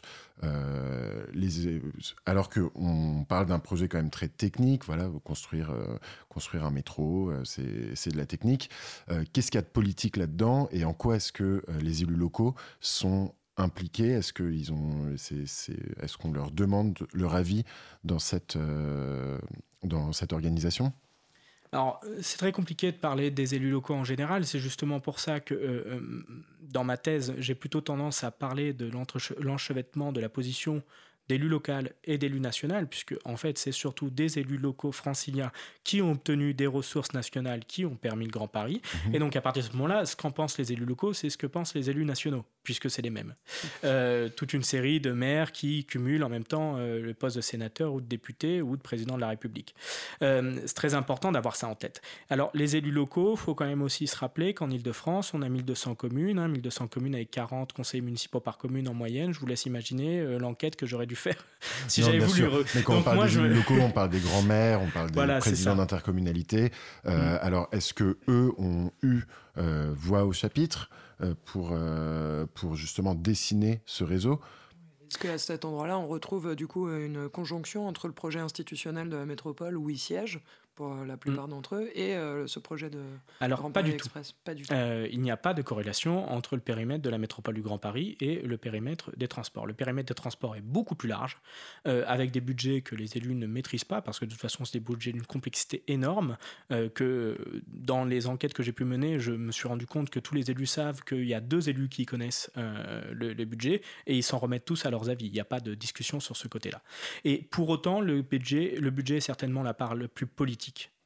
Alors qu'on parle d'un projet quand même très technique, voilà, construire un métro, c'est de la technique. Qu'est-ce qu'il y a de politique là-dedans et en quoi est-ce que les élus locaux sont impliqués? Est-ce qu'on leur demande leur avis dans cette organisation? Alors, c'est très compliqué de parler des élus locaux en général. C'est justement pour ça que, dans ma thèse, j'ai plutôt tendance à parler de l'enchevêtrement de la position d'élus locaux et d'élus nationaux, puisque en fait, c'est surtout des élus locaux franciliens qui ont obtenu des ressources nationales qui ont permis le Grand Paris. Et donc, à partir de ce moment-là, ce qu'en pensent les élus locaux, c'est ce que pensent les élus nationaux, puisque c'est les mêmes. Toute une série de maires qui cumulent en même temps le poste de sénateur ou de député ou de président de la République. C'est très important d'avoir ça en tête. Alors, les élus locaux, il faut quand même aussi se rappeler qu'en Île-de-France, on a 1200 communes, 1200 communes avec 40 conseillers municipaux par commune en moyenne. Je vous laisse imaginer l'enquête que j'aurais dû faire si j'avais voulu. Mais quand on parle des élus locaux, on parle des grands-maires, on parle des présidents d'intercommunalité. Alors, est-ce que eux ont eu voix au chapitre pour justement dessiner ce réseau? Est-ce qu'à cet endroit-là, on retrouve du coup une conjonction entre le projet institutionnel de la métropole où ils siègent pour la plupart d'entre eux et ce projet de Grand Paris Express? Pas du tout. Il n'y a pas de corrélation entre le périmètre de la métropole du Grand Paris et le périmètre des transports. Le périmètre des transports est beaucoup plus large, avec des budgets que les élus ne maîtrisent pas, parce que de toute façon, c'est des budgets d'une complexité énorme, que dans les enquêtes que j'ai pu mener, je me suis rendu compte que tous les élus savent qu'il y a 2 élus qui connaissent le budget, et ils s'en remettent tous à leurs avis. Il n'y a pas de discussion sur ce côté-là. Et pour autant, le budget est certainement la part le plus politique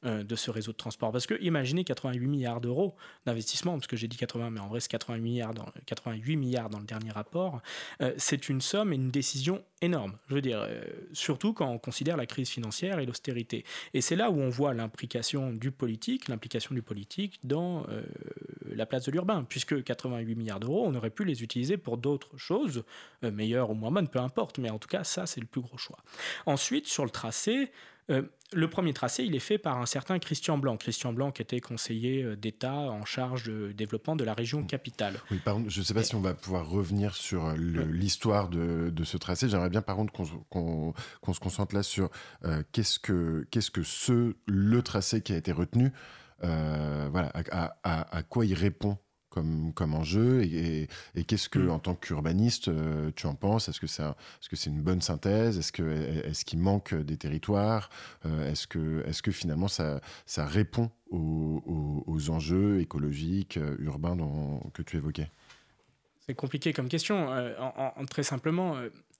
de ce réseau de transport. Parce que imaginez 88 milliards d'euros d'investissement, parce que j'ai dit 80, mais en vrai c'est 88 milliards dans le dernier rapport, c'est une somme et une décision énorme. Je veux dire, surtout quand on considère la crise financière et l'austérité. Et c'est là où on voit l'implication du politique dans la place de l'urbain, puisque 88 milliards d'euros, on aurait pu les utiliser pour d'autres choses, meilleures ou moins bonnes, peu importe, mais en tout cas, ça, c'est le plus gros choix. Ensuite, sur le tracé, le premier tracé, il est fait par un certain Christian Blanc. Christian Blanc qui était conseiller d'État en charge du développement de la région capitale. Oui, par contre, je ne sais pas si on va pouvoir revenir sur l'histoire de ce tracé. J'aimerais bien, par contre, qu'on se concentre là sur qu'est-ce que le tracé qui a été retenu, voilà, à quoi il répond comme enjeu et qu'est-ce que, en tant qu'urbaniste, tu en penses? Est-ce que c'est une bonne synthèse? Est-ce qu'il manque des territoires? Est-ce que finalement ça répond aux enjeux écologiques, urbains que tu évoquais? C'est compliqué comme question. Très simplement,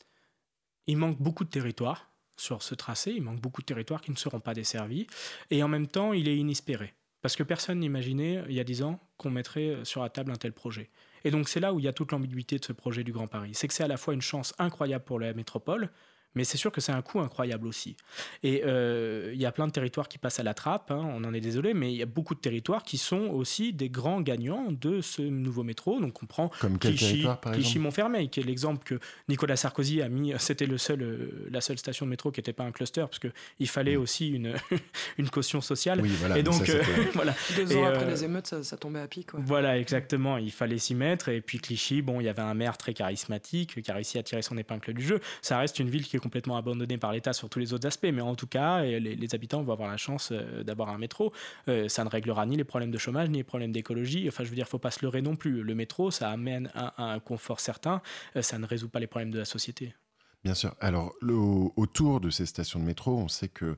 il manque beaucoup de territoires sur ce tracé. Il manque beaucoup de territoires qui ne seront pas desservis. Et en même temps, il est inespéré. Parce que personne n'imaginait, il y a 10 ans, qu'on mettrait sur la table un tel projet. Et donc c'est là où il y a toute l'ambiguïté de ce projet du Grand Paris. C'est que c'est à la fois une chance incroyable pour la métropole, mais c'est sûr que c'est un coût incroyable aussi. Et il y a plein de territoires qui passent à la trappe, hein, on en est désolé, mais il y a beaucoup de territoires qui sont aussi des grands gagnants de ce nouveau métro. Donc on prend Clichy-Montfermeil, qui est l'exemple que Nicolas Sarkozy a mis. C'était la seule station de métro qui n'était pas un cluster, parce qu'il fallait aussi une caution sociale. Oui, voilà, et donc, voilà. 2 ans après les émeutes, ça tombait à pic. Ouais. Voilà, exactement. Il fallait s'y mettre. Et puis Clichy, il y avait un maire très charismatique qui a réussi à tirer son épingle du jeu. Ça reste une ville qui est complètement abandonnée par l'État sur tous les autres aspects, mais en tout cas, les habitants vont avoir la chance d'avoir un métro. Ça ne réglera ni les problèmes de chômage, ni les problèmes d'écologie. Enfin, je veux dire, il ne faut pas se leurrer non plus. Le métro, ça amène un confort certain. Ça ne résout pas les problèmes de la société. Bien sûr. Alors, autour de ces stations de métro, on sait que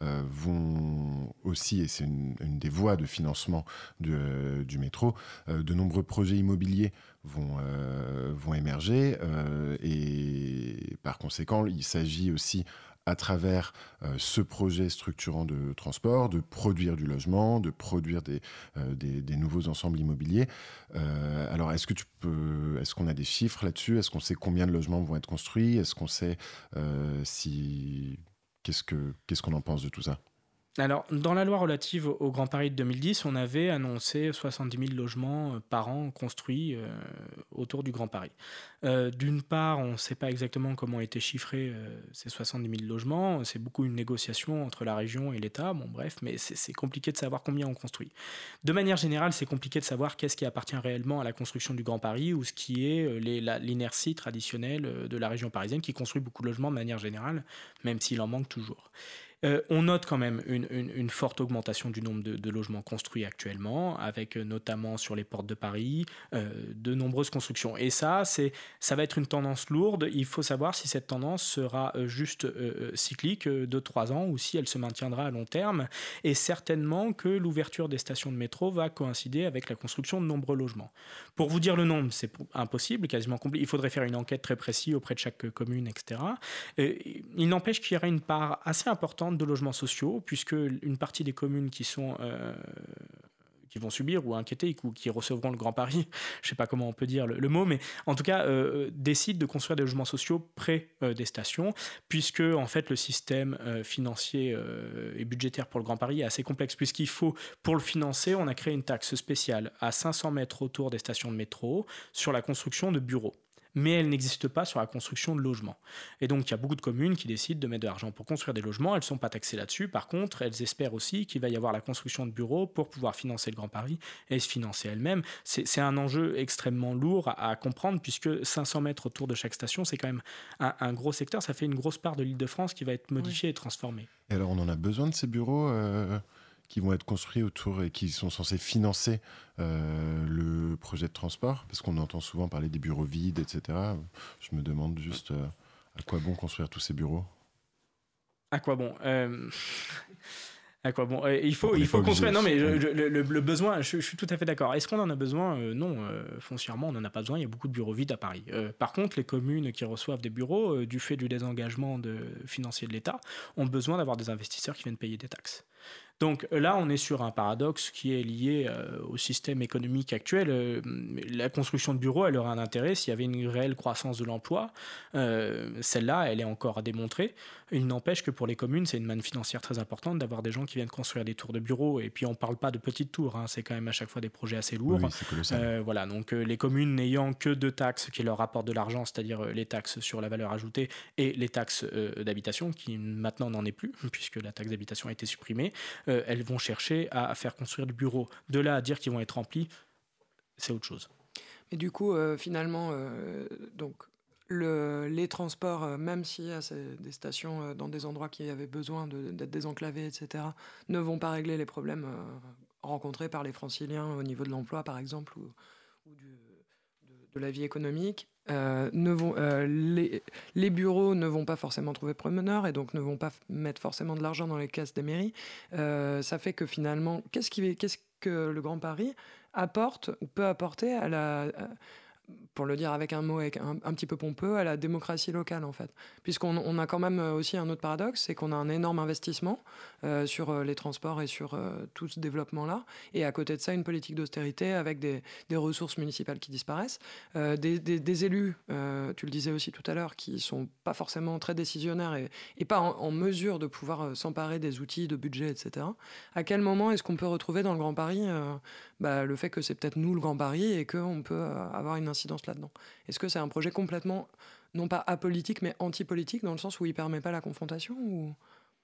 vont aussi, et c'est une des voies de financement du métro, de nombreux projets immobiliers vont émerger. Et par conséquent, il s'agit aussi, à travers ce projet structurant de transport, de produire du logement, de produire des nouveaux ensembles immobiliers. Alors, est-ce qu'on a des chiffres là-dessus? Est-ce qu'on sait combien de logements vont être construits? Est-ce qu'on sait qu'est-ce qu'on en pense de tout ça? Alors, dans la loi relative au Grand Paris de 2010, on avait annoncé 70 000 logements par an construits autour du Grand Paris. D'une part, on ne sait pas exactement comment ont été chiffrés ces 70 000 logements. C'est beaucoup une négociation entre la région et l'État. Bon, bref, mais c'est compliqué de savoir combien on construit. De manière générale, c'est compliqué de savoir qu'est-ce qui appartient réellement à la construction du Grand Paris ou ce qui est l'inertie traditionnelle de la région parisienne qui construit beaucoup de logements de manière générale, même s'il en manque toujours. On note quand même une forte augmentation du nombre de logements construits actuellement, avec notamment sur les portes de Paris, de nombreuses constructions. Et ça va être une tendance lourde. Il faut savoir si cette tendance sera juste cyclique, 2-3 ans, ou si elle se maintiendra à long terme. Et certainement que l'ouverture des stations de métro va coïncider avec la construction de nombreux logements. Pour vous dire le nombre, c'est impossible, quasiment compliqué. Il faudrait faire une enquête très précise auprès de chaque commune, etc. Il n'empêche qu'il y aura une part assez importante de logements sociaux, puisque une partie des communes qui vont subir ou inquiéter ou qui recevront le Grand Paris, je ne sais pas comment on peut dire le mot, mais en tout cas décident de construire des logements sociaux près des stations, puisque en fait le système financier et budgétaire pour le Grand Paris est assez complexe, puisqu'il faut, pour le financer, on a créé une taxe spéciale à 500 mètres autour des stations de métro sur la construction de bureaux. Mais elle n'existe pas sur la construction de logements. Et donc, il y a beaucoup de communes qui décident de mettre de l'argent pour construire des logements. Elles ne sont pas taxées là-dessus. Par contre, elles espèrent aussi qu'il va y avoir la construction de bureaux pour pouvoir financer le Grand Paris et se financer elles-mêmes. C'est un enjeu extrêmement lourd à comprendre, puisque 500 mètres autour de chaque station, c'est quand même un gros secteur. Ça fait une grosse part de l'Île-de-France qui va être modifiée et transformée. Et alors, on en a besoin de ces bureaux qui vont être construits autour et qui sont censés financer le projet de transport, parce qu'on entend souvent parler des bureaux vides, etc. Je me demande juste à quoi bon construire tous ces bureaux? À quoi bon À quoi bon il faut construire. Non, mais le besoin, je suis tout à fait d'accord. Est-ce qu'on en a besoin? Non, foncièrement, on n'en a pas besoin. Il y a beaucoup de bureaux vides à Paris. Par contre, les communes qui reçoivent des bureaux, du fait du désengagement financier de l'État, ont besoin d'avoir des investisseurs qui viennent payer des taxes. Donc là, on est sur un paradoxe qui est lié au système économique actuel. La construction de bureaux, elle aurait un intérêt s'il y avait une réelle croissance de l'emploi. Celle-là, elle est encore à démontrer. Il n'empêche que pour les communes, c'est une manne financière très importante d'avoir des gens qui viennent construire des tours de bureaux. Et puis, on ne parle pas de petites tours, hein. C'est quand même à chaque fois des projets assez lourds. Oui, c'est colossal. Voilà, donc les communes n'ayant que deux taxes qui leur rapportent de l'argent, c'est-à-dire les taxes sur la valeur ajoutée et les taxes d'habitation, qui maintenant n'en est plus, puisque la taxe d'habitation a été supprimée, elles vont chercher à faire construire du bureau. De là à dire qu'ils vont être remplis, c'est autre chose. Mais du coup, finalement, donc, les transports, même s'il y a des stations dans des endroits qui avaient besoin d'être désenclavés, etc., ne vont pas régler les problèmes rencontrés par les franciliens au niveau de l'emploi, par exemple, ou de la vie économique. Les bureaux ne vont pas forcément trouver preneur et donc ne vont pas mettre forcément de l'argent dans les caisses des mairies. Ça fait que finalement, qu'est-ce que le Grand Paris apporte ou peut apporter pour le dire avec un mot un petit peu pompeux, à la démocratie locale, en fait. Puisqu'on a quand même aussi un autre paradoxe, c'est qu'on a un énorme investissement sur les transports et sur tout ce développement-là, et à côté de ça, une politique d'austérité avec des ressources municipales qui disparaissent, des élus, tu le disais aussi tout à l'heure, qui sont pas forcément très décisionnaires et pas en mesure de pouvoir s'emparer des outils de budget, etc. À quel moment est-ce qu'on peut retrouver dans le Grand Paris le fait que c'est peut-être nous le Grand Paris et qu'on peut avoir une incidence là-dedans? Est-ce que c'est un projet complètement, non pas apolitique, mais anti-politique, dans le sens où il ne permet pas la confrontation ou...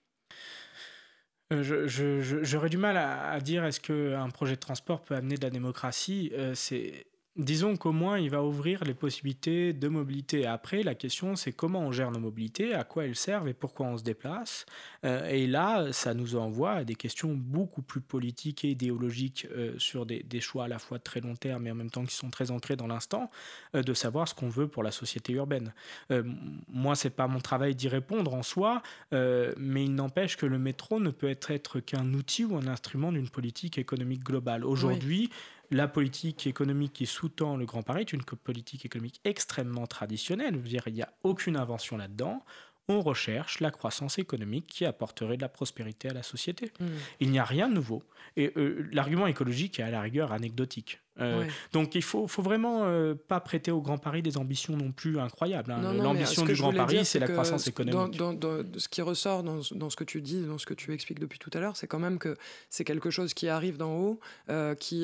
J'aurais du mal à dire est-ce qu'un projet de transport peut amener de la démocratie. Disons qu'au moins, il va ouvrir les possibilités de mobilité. Après, la question, c'est comment on gère nos mobilités, à quoi elles servent et pourquoi on se déplace. Et là, ça nous envoie à des questions beaucoup plus politiques et idéologiques sur des choix à la fois de très long terme et en même temps qui sont très ancrés dans l'instant, de savoir ce qu'on veut pour la société urbaine. Moi, c'est pas mon travail d'y répondre en soi, mais il n'empêche que le métro ne peut être qu'un outil ou un instrument d'une politique économique globale. Aujourd'hui, la politique économique qui sous-tend le Grand Paris est une politique économique extrêmement traditionnelle. Je veux dire, il n'y a aucune invention là-dedans. On recherche la croissance économique qui apporterait de la prospérité à la société. Il n'y a rien de nouveau. Et l'argument écologique est à la rigueur anecdotique. Donc il faut vraiment pas prêter au Grand Paris des ambitions non plus incroyables. Hein. L'ambition du Grand Paris, c'est la croissance économique. Ce qui ressort dans ce que tu dis, dans ce que tu expliques depuis tout à l'heure, c'est quand même que c'est quelque chose qui arrive d'en haut, qui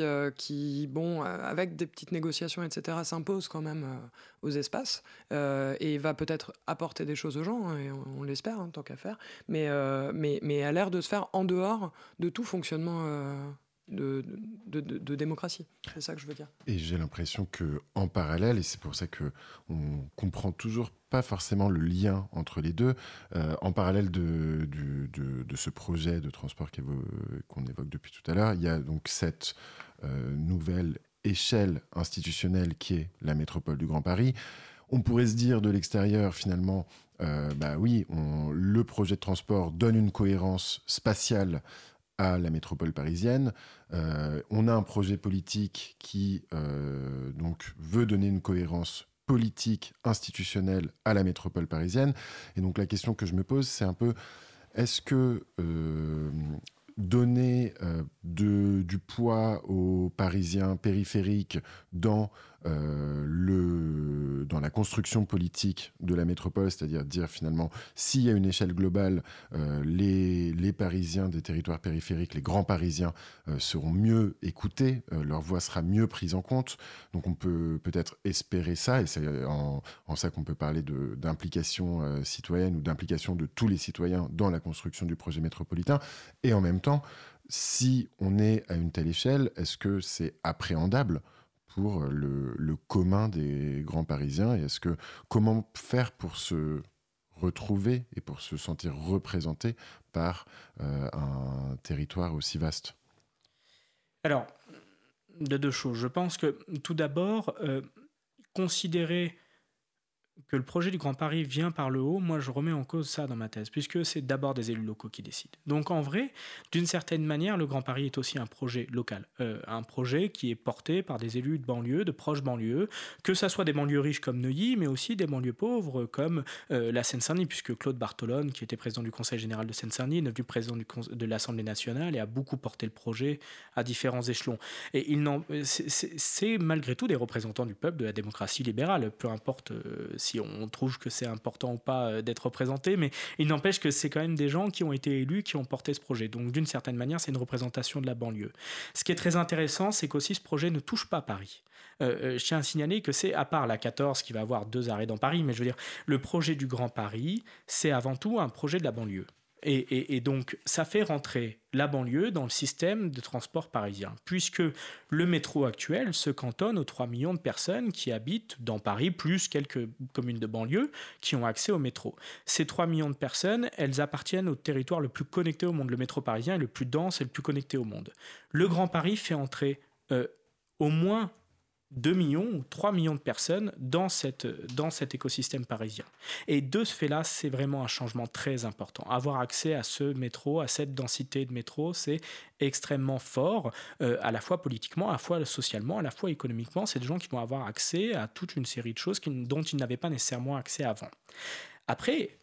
avec des petites négociations, etc., s'impose quand même aux espaces et va peut-être apporter des choses aux gens, hein, et on l'espère, hein, tant qu'à faire, mais a l'air de se faire en dehors de tout fonctionnement de démocratie. C'est ça que je veux dire. Et j'ai l'impression qu'en parallèle, et c'est pour ça qu'on comprend toujours pas forcément le lien entre les deux, en parallèle de ce projet de transport qu'on évoque depuis tout à l'heure, il y a donc cette nouvelle échelle institutionnelle qui est la métropole du Grand Paris. On pourrait se dire de l'extérieur, finalement, le projet de transport donne une cohérence spatiale à la métropole parisienne. On a un projet politique qui donc veut donner une cohérence politique, institutionnelle à la métropole parisienne. Et donc la question que je me pose, c'est un peu, est-ce que donner du poids aux Parisiens périphériques dans la construction politique de la métropole, c'est-à-dire dire finalement, s'il y a une échelle globale, les Parisiens des territoires périphériques, les grands Parisiens seront mieux écoutés, leur voix sera mieux prise en compte. Donc on peut peut-être espérer ça, et c'est en ça qu'on peut parler d'implication citoyenne ou d'implication de tous les citoyens dans la construction du projet métropolitain. Et en même temps, si on est à une telle échelle, est-ce que c'est appréhendable pour le commun des grands Parisiens? Et comment faire pour se retrouver et pour se sentir représenté par un territoire aussi vaste? Alors, de deux choses. Je pense que tout d'abord, considérer que le projet du Grand Paris vient par le haut, moi je remets en cause ça dans ma thèse, puisque c'est d'abord des élus locaux qui décident. Donc en vrai, d'une certaine manière, le Grand Paris est aussi un projet local, un projet qui est porté par des élus de banlieue, de proches banlieues, que ça soit des banlieues riches comme Neuilly, mais aussi des banlieues pauvres comme la Seine-Saint-Denis, puisque Claude Bartolone, qui était président du Conseil général de Seine-Saint-Denis, est devenu président de l'Assemblée nationale et a beaucoup porté le projet à différents échelons. Et c'est malgré tout des représentants du peuple, de la démocratie libérale, peu importe si on trouve que c'est important ou pas d'être représenté, mais il n'empêche que c'est quand même des gens qui ont été élus, qui ont porté ce projet. Donc d'une certaine manière, c'est une représentation de la banlieue. Ce qui est très intéressant, c'est qu'aussi ce projet ne touche pas Paris. Je tiens à signaler que c'est, à part la 14 qui va avoir 2 arrêts dans Paris, mais je veux dire, le projet du Grand Paris, c'est avant tout un projet de la banlieue. Et donc, ça fait rentrer la banlieue dans le système de transport parisien, puisque le métro actuel se cantonne aux 3 millions de personnes qui habitent dans Paris, plus quelques communes de banlieue qui ont accès au métro. Ces 3 millions de personnes, elles appartiennent au territoire le plus connecté au monde. Le métro parisien est le plus dense et le plus connecté au monde. Le Grand Paris fait entrer au moins 2 millions ou 3 millions de personnes dans cet écosystème parisien. Et de ce fait-là, c'est vraiment un changement très important. Avoir accès à ce métro, à cette densité de métro, c'est extrêmement fort, à la fois politiquement, à la fois socialement, à la fois économiquement. C'est des gens qui vont avoir accès à toute une série de choses dont ils n'avaient pas nécessairement accès avant. Après,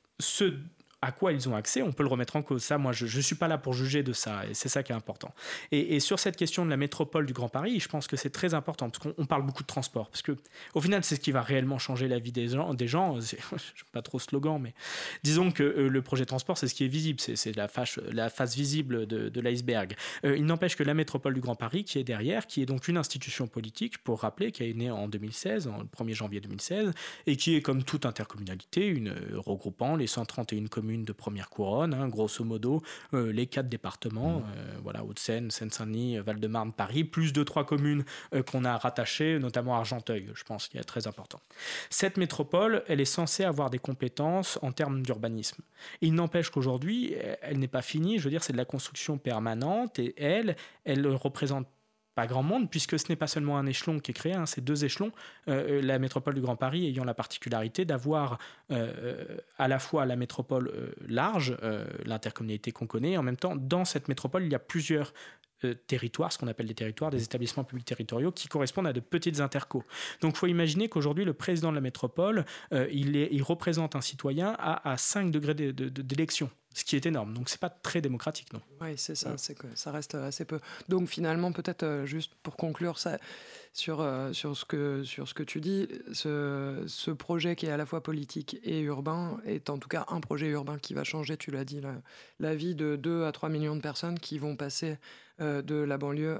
à quoi ils ont accès, on peut le remettre en cause. Ça, moi, je ne suis pas là pour juger de ça, et c'est ça qui est important. Et sur cette question de la métropole du Grand Paris, je pense que c'est très important, parce qu'on parle beaucoup de transport, parce qu'au final, c'est ce qui va réellement changer la vie des gens. Je n'aime pas trop slogan, mais disons que le projet de transport, c'est ce qui est visible, c'est la face visible de l'iceberg. Il n'empêche que la métropole du Grand Paris, qui est derrière, qui est donc une institution politique, pour rappeler, qui est née en 2016, le 1er janvier 2016, et qui est, comme toute intercommunalité, regroupant les 131 communes de première couronne, grosso modo, les 4 départements, Hauts-de-Seine, Seine-Saint-Denis, Val-de-Marne, Paris, plus 2-3 communes qu'on a rattachées, notamment Argenteuil, je pense, qui est très important. Cette métropole, elle est censée avoir des compétences en termes d'urbanisme. Il n'empêche qu'aujourd'hui, elle n'est pas finie, je veux dire, c'est de la construction permanente, et elle représente pas grand monde, puisque ce n'est pas seulement un échelon qui est créé, c'est 2 échelons, la métropole du Grand Paris ayant la particularité d'avoir à la fois la métropole large, l'intercommunalité qu'on connaît, et en même temps, dans cette métropole, il y a plusieurs territoires, ce qu'on appelle des territoires, des établissements publics territoriaux qui correspondent à de petites intercos. Donc il faut imaginer qu'aujourd'hui, le président de la métropole, il représente un citoyen à 5 degrés d'élection, ce qui est énorme. Donc c'est pas très démocratique, non ? Oui, c'est ça, c'est que ça reste assez peu. Donc finalement, peut-être juste pour conclure ça, sur ce que tu dis, ce projet qui est à la fois politique et urbain est en tout cas un projet urbain qui va changer, tu l'as dit, la vie de 2 à 3 millions de personnes qui vont passer de la banlieue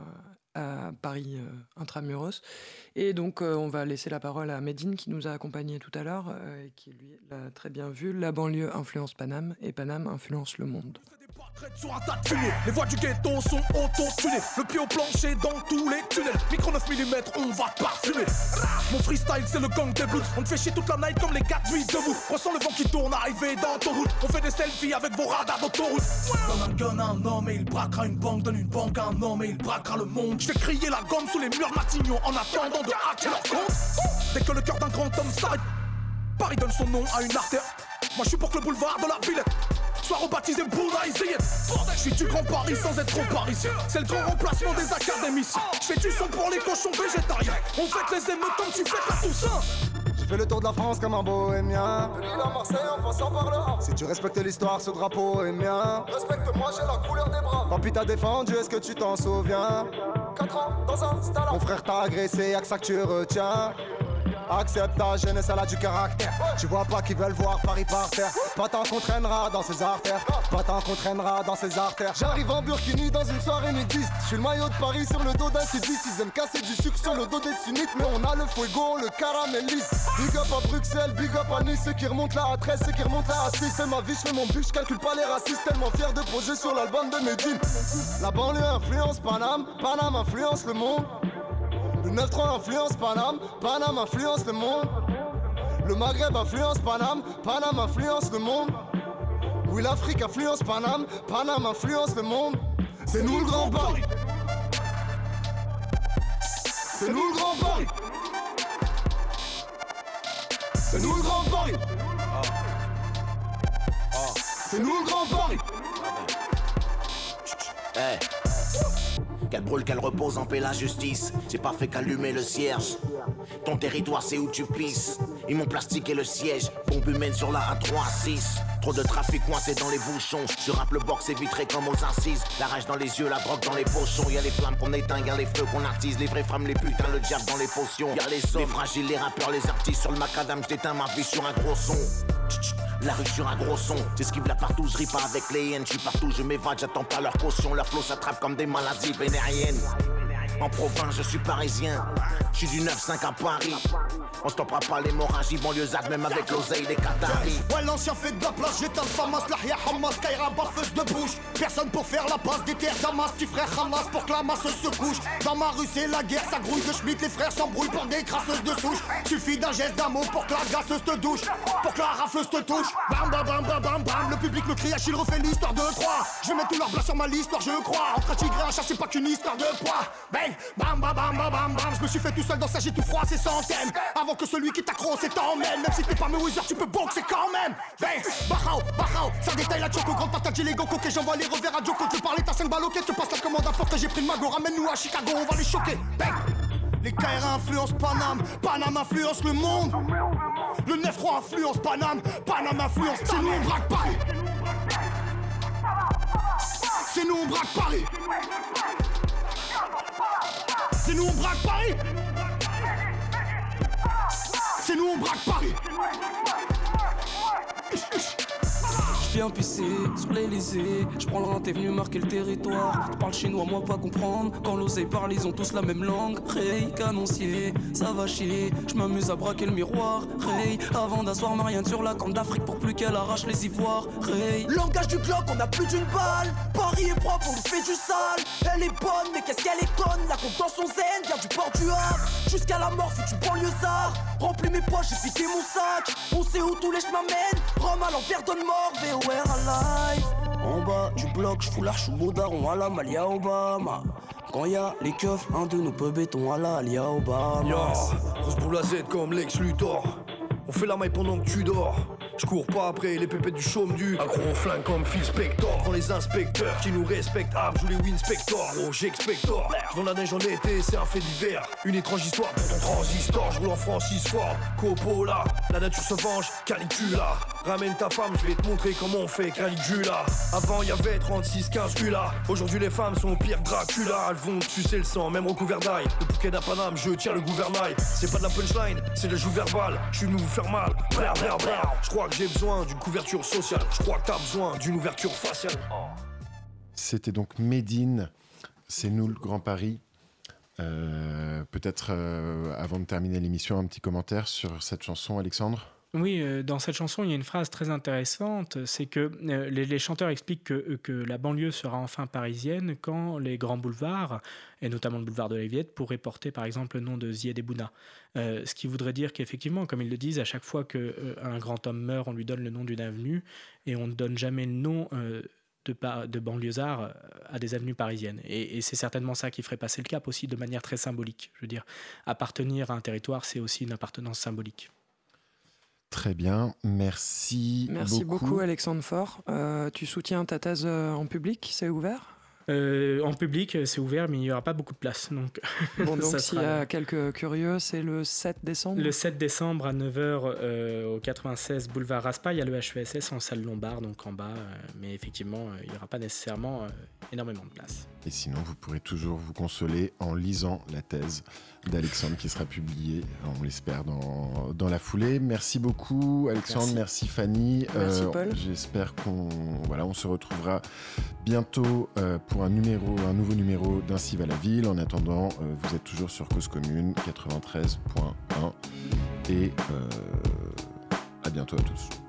à Paris intramuros. Et donc on va laisser la parole à Médine qui nous a accompagnés tout à l'heure et qui lui l'a très bien vu. La banlieue influence Paname et Paname influence le monde. Sur un tas de fumée, les voies du ghetto sont auto-tunées. Le pied au plancher dans tous les tunnels. Micro 9 mm, on va parfumer. Mon freestyle c'est le gang des blues. On te fait chier toute la night comme les 4 nuits debout. Ressens le vent qui tourne arrivé dans ton route. On fait des selfies avec vos radars d'autoroute. Donne un gun à un homme et il braquera une banque. Donne une banque à un homme et il braquera le monde. Je fais crier la gomme sous les murs Matignon en attendant de hacker leur compte. Dès que le cœur d'un grand homme s'arrête, Paris donne son nom à une artère. Moi je suis pour que le boulevard de la Villette soit rebaptisé Bouddha et Zayed. Je suis du Grand Paris sans être trop parisien. C'est le grand remplacement des académiciens. Je fais du son pour les cochons végétariens. On fête les émeutes comme tu fêtes la Toussaint. J'ai fait le tour de la France comme un bohémien. De Lille à Marseille en passant par le Havre. Si tu respectes l'histoire, ce drapeau est mien. Respecte-moi, j'ai la couleur des bras. Papy t'a défendu, est-ce que tu t'en souviens? 4 ans dans un stade. Mon frère t'a agressé, y'a que ça que tu retiens. Accepte ta jeunesse, elle a du caractère. Tu vois pas qu'ils veulent voir Paris par terre. Pas tant qu'on traînera dans ses artères. Pas tant qu'on traînera dans ses artères. J'arrive en Burkini dans une soirée nudiste. J'suis le maillot de Paris sur le dos d'un sudiste. Ils aiment casser du sucre sur le dos des sunnites. Mais on a le fuego, le caramel lisse. Big up à Bruxelles, big up à Nice. Ceux qui remontent là à 13, ceux qui remontent là à 6. C'est ma vie, j'fais mon but, j'calcule pas les racistes. Tellement fier de projet sur l'album de Medine. La banlieue influence Paname, Paname influence le monde. Le 9-3 influence Paname, Paname influence le monde. Le Maghreb influence Paname, Paname influence le monde. Oui, l'Afrique influence Paname, Paname influence le monde. C'est nous le Grand Paris. C'est nous le Grand Paris. C'est nous le Grand Paris. C'est nous le Grand Paris. Hey. Qu'elle brûle, qu'elle repose en paix la justice. J'ai pas fait qu'allumer le cierge. Ton territoire c'est où tu pisses. Ils m'ont plastiqué le siège. Bombe humaine sur la A36. Trop de trafic coincé dans les bouchons. Je rappe le box c'est vitré comme aux incises. La rage dans les yeux, la drogue dans les pochons. Y'a les flammes qu'on éteint, y'a les feux qu'on attise. Les vraies femmes, les putains, le diable dans les potions. Y'a les hommes, les fragiles, les rappeurs, les artistes. Sur le macadam, j'éteins ma vie sur un gros son. La rue sur un gros son, j'esquive là partout, je ris pas avec les haines, je suis partout, je m'évade, j'attends pas leur caution, leur flow s'attrape comme des maladies vénériennes. En province, je suis parisien, je suis du 9-5 à Paris. On stoppera pas l'hémorragie banlieusarde, même avec l'oseille des Qataris. Ouais, l'ancien fait de la place, j'éteins le famas, l'ahia hamas, Kaira, barfeuse de bouche. Personne pour faire la passe des terres Damas, petit frère Hamas pour que la masse se couche. Dans ma rue, c'est la guerre, ça grouille de Schmitt, les frères s'embrouillent pour des crasseuses de souche. Suffit d'un geste d'amour pour que la gasseuse te douche, pour que la rafleuse te touche. Bam, bam, bam, bam, bam, bam, le public me crie, Achille refait l'histoire de 3. Je vais mettre tout leur blas sur ma liste, je crois. Entre un tigre et un chat, c'est pas qu'une histoire de poids. Bang, bam, bam, bam, bam, bam, bam. Je me suis fait tout seul dans sa j'ai tout froid, c'est centaines. Avant que celui qui t'accroche t'emmène. Même si t'es pas Mayweather, tu peux boxer quand même. Bang, Bahao, Bahao, ça détaille la choco. Grande patate, j'ai les gokos, que j'envoie les revers à Joko. Tu parlais, t'as 5 balles, ok, tu passes la commande à porte. J'ai pris le mago, ramène-nous à Chicago, on va les choquer. Bang. Les KR influencent Paname, Paname influence le monde. Le 9-3 influence Paname, Paname influence. C'est nous on braque Paris. C'est nous on braque Paris. C'est nous on braque Paris. C'est nous on braque Paris. Je viens pisser sur l'Elysée, je prends le rang, t'es venu marquer le territoire. Tu parles chinois, moi pas comprendre. Quand l'oseille parle, ils ont tous la même langue. Ray, canoncier, ça va chier. Je m'amuse à braquer le miroir. Ray, avant d'asseoir Marianne sur la corne d'Afrique pour plus qu'elle arrache les ivoires. Ray, langage du Glock, on a plus d'une balle. Paris est propre, on lui fait du sale. Elle est bonne, mais qu'est-ce qu'elle est conne. La compte dans son zen, vient du port du Havre. Jusqu'à la mort, foutu banlieusard. Remplis mes poches, j'ai vidé mon sac. On sait où tous les chemins mènent. Rome à l'envers, donne mort, VOR alive. En bas du bloc, j'fous l'arche au daron à la Malia Obama. Quand y'a les keufs, un de nos peu béton à la Alia Obama. Yo, grosse boule à Z comme Lex Luthor. On fait la maille pendant que tu dors. Je cours pas après les pépettes du chaume du accro au flingue comme Phil Spector. Prends les inspecteurs qui nous respectent. Joue les Winspector, gros j'expector. J'vends la neige en été, c'est un fait d'hiver. Une étrange histoire pour ton transistor. Je roule en Francis Ford, Coppola. La nature se venge, Calicula. Ramène ta femme, je vais te montrer comment on fait Caligula. Avant y'avait 36-15 culas. Aujourd'hui les femmes sont au pire Dracula. Elles vont te sucer le sang, même recouvert d'ail. Le bouquet d'un Paname, je tiens le gouvernail. C'est pas de la punchline, c'est de la joue verbale. Je suis venu vous faire mal, brr brr brr. Je crois que j'ai besoin d'une couverture sociale. Je crois que t'as besoin d'une ouverture faciale. C'était donc Médine, c'est nous le Grand Paris. Peut-être avant de terminer l'émission, un petit commentaire sur cette chanson, Alexandre ? Oui, dans cette chanson, il y a une phrase très intéressante, c'est que les chanteurs expliquent que la banlieue sera enfin parisienne quand les grands boulevards, et notamment le boulevard de la Villette, pourraient porter par exemple le nom de Zied Bouna. Ce qui voudrait dire qu'effectivement, comme ils le disent, à chaque fois qu'un grand homme meurt, on lui donne le nom d'une avenue, et on ne donne jamais le nom de banlieusards à des avenues parisiennes. Et c'est certainement ça qui ferait passer le cap aussi de manière très symbolique. Je veux dire, appartenir à un territoire, c'est aussi une appartenance symbolique. Très bien, merci beaucoup Alexandre Faure. Tu soutiens ta thèse en public, c'est ouvert ? En public, c'est ouvert, mais il n'y aura pas beaucoup de place. Donc, bon, donc s'il y a quelques curieux, c'est le 7 décembre ? Le 7 décembre à 9h au 96 boulevard Raspail, il y a le HESS en salle Lombard, donc en bas. Mais effectivement, il n'y aura pas nécessairement énormément de place. Et sinon, vous pourrez toujours vous consoler en lisant la thèse d'Alexandre qui sera publiée, on l'espère, dans la foulée. Merci beaucoup Alexandre, merci Fanny. Merci Paul. J'espère on se retrouvera bientôt pour un nouveau numéro d'Ainsi va la ville. En attendant, vous êtes toujours sur Cause Commune 93.1 et à bientôt à tous.